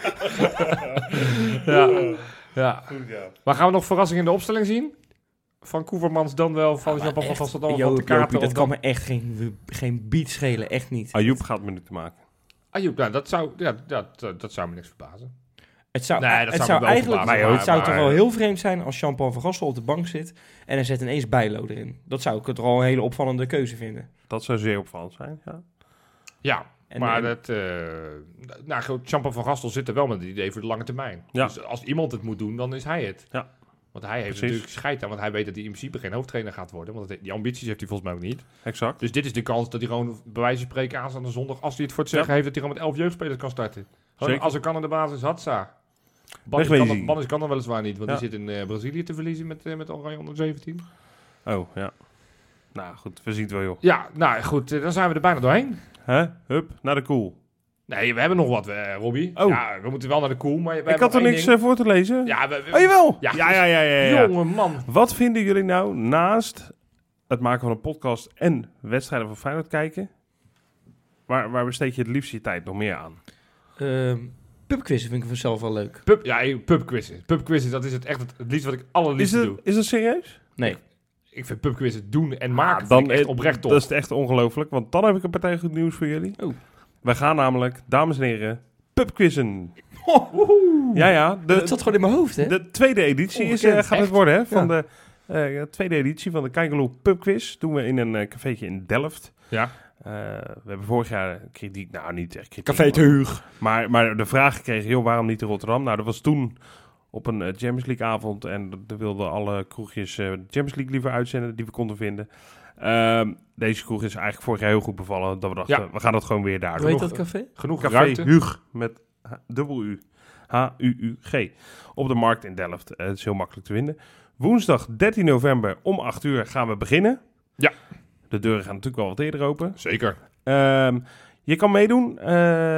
Ja. Maar gaan we nog verrassingen in de opstelling zien? Van Koevermans dan wel, van Jean-Paul Van Gastel dan wel van de kaarten? Dat kan me echt geen beat schelen, echt niet. Ayoub gaat minuten maken. Ayoub, nou, dat zou me niks verbazen. Het zou eigenlijk toch wel heel vreemd zijn als Jean-Paul Van Gastel op de bank zit en hij zet ineens Bijlo erin. Dat zou ik toch al een hele opvallende keuze vinden. Dat zou zeer opvallend zijn, ja. Ja, maar Jean-Paul Van Gastel zit er wel met het idee voor de lange termijn. Ja. Dus als iemand het moet doen, dan is hij het. Ja. Want hij heeft natuurlijk scheid aan, want hij weet dat hij in principe geen hoofdtrainer gaat worden. Want die ambities heeft hij volgens mij ook niet. Exact. Dus dit is de kans dat hij gewoon bij wijze van spreken aanstaande zondag, als hij het voor het zeggen heeft, dat hij gewoon met 11 jeugdspelers kan starten. Gewoon, als er kan in de basis, Hatsa. Bannis kan er weliswaar niet, want die zit in Brazilië te verliezen met Oranje onder 17. Oh, ja. Nou, goed, we zien het wel, joh. Ja, nou goed, dan zijn we er bijna doorheen. Hup, naar de koel. Nee, we hebben nog wat, Robbie. Oh. Ja, we moeten wel naar de koel, maar ik had er niks voor te lezen. Ja, oh, jawel! Ja. Jonge man. Wat vinden jullie nou naast het maken van een podcast en wedstrijden van Feyenoord kijken? Waar besteed je het liefst je tijd nog meer aan? Pubquizzen vind ik vanzelf wel leuk. Pubquizzen. Pubquizzen, dat is het liefst wat ik allerliefste doe. Is dat serieus? Nee. Ik vind pubquizzen doen en maken vind ik echt oprecht top. Dat is echt ongelooflijk, want dan heb ik een partij goed nieuws voor jullie. Oh. We gaan namelijk, dames en heren, pubquizzen. Ja. Dat zat gewoon in mijn hoofd, hè? De tweede editie gaat het worden, hè? Van de tweede editie van de Kijkeloer Pubquiz. Doen we in een cafeetje in Delft. Ja. We hebben vorig jaar kritiek, nou niet echt kritiek. Café te Huug. Maar de vraag gekregen, joh, waarom niet in Rotterdam? Nou, dat was toen op een Champions League avond. En er wilden alle kroegjes Champions League liever uitzenden die we konden vinden. Deze kroeg is eigenlijk vorig jaar heel goed bevallen. Dat we dachten, we gaan dat gewoon weer daar doen. Hoe heet dat café? Genoeg Café ruimte. Huug met dubbel U. H-U-U-G. Op de markt in Delft. Het is heel makkelijk te vinden. Woensdag 13 november om 8 uur gaan we beginnen. Ja. De deuren gaan natuurlijk wel wat eerder open. Zeker. Je kan meedoen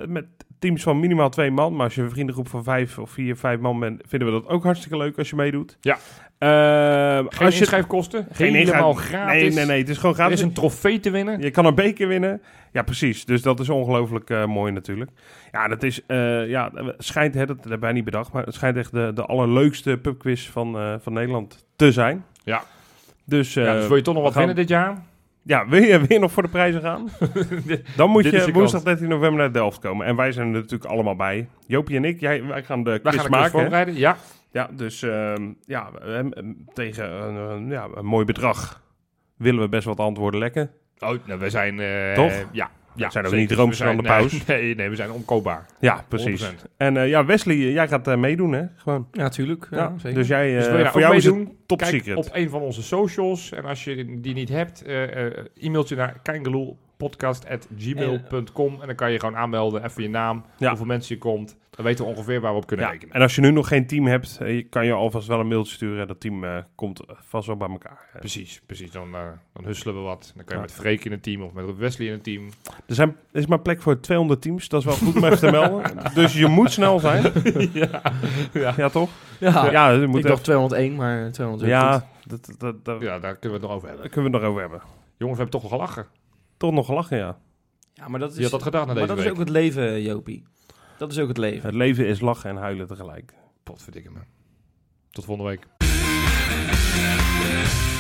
met teams van minimaal 2 man. Maar als je een vriendengroep van 5 of 5 man bent, vinden we dat ook hartstikke leuk als je meedoet. Ja. Geen als je inschrijfkosten. Helemaal gratis. Nee, het is gewoon gratis. Er is een trofee te winnen. Je kan een beker winnen. Ja, precies. Dus dat is ongelooflijk mooi natuurlijk. Ja, dat is, schijnt, dat hebben wij niet bedacht, maar het schijnt echt de allerleukste pubquiz van Nederland te zijn. Ja. Dus dus wil je toch nog wat winnen dit jaar? Ja, wil je nog voor de prijzen gaan? Dan moet je woensdag 13 november naar Delft komen. En wij zijn er natuurlijk allemaal bij. Jopie en ik, wij gaan de quiz maken. Voorbereiden, ja. Ja, dus tegen een mooi bedrag willen we best wat antwoorden lekken. Oh, nou, we zijn... Toch? Ja. Ja, zijn ook niet roomser aan de paus. Nee, we zijn omkoopbaar. Ja, precies. 100%. En Wesley, jij gaat meedoen, hè? Gewoon. Ja, tuurlijk. Ja, zeker. Dus jij, dus wil je voor jou meedoen? Is het top Kijk secret. op een van onze socials. En als je die niet hebt, e-mailtje naar keingeloelpodcast@gmail.com. En dan kan je gewoon aanmelden, even je naam, hoeveel mensen je komt. Dan weten we ongeveer waar we op kunnen rekenen. En als je nu nog geen team hebt, kan je alvast wel een mailtje sturen. Dat team komt vast wel bij elkaar. Precies. Dan husselen we wat. Dan kan je met Freek in een team of met Wesley in een team. Er is maar plek voor 200 teams. Dat is wel goed om even te melden. Dus je moet snel zijn. Ja, toch? Ja, ik dacht 201, maar 200 ja, ja, daar kunnen we het nog over hebben. Jongens, we hebben toch nog gelachen. Toch nog gelachen, ja. Ja, maar dat is, je had dat gedaan na deze week. Maar dat is ook het leven, Jopie. Dat is ook het leven. Het leven is lachen en huilen tegelijk. Potverdikke me. Tot volgende week.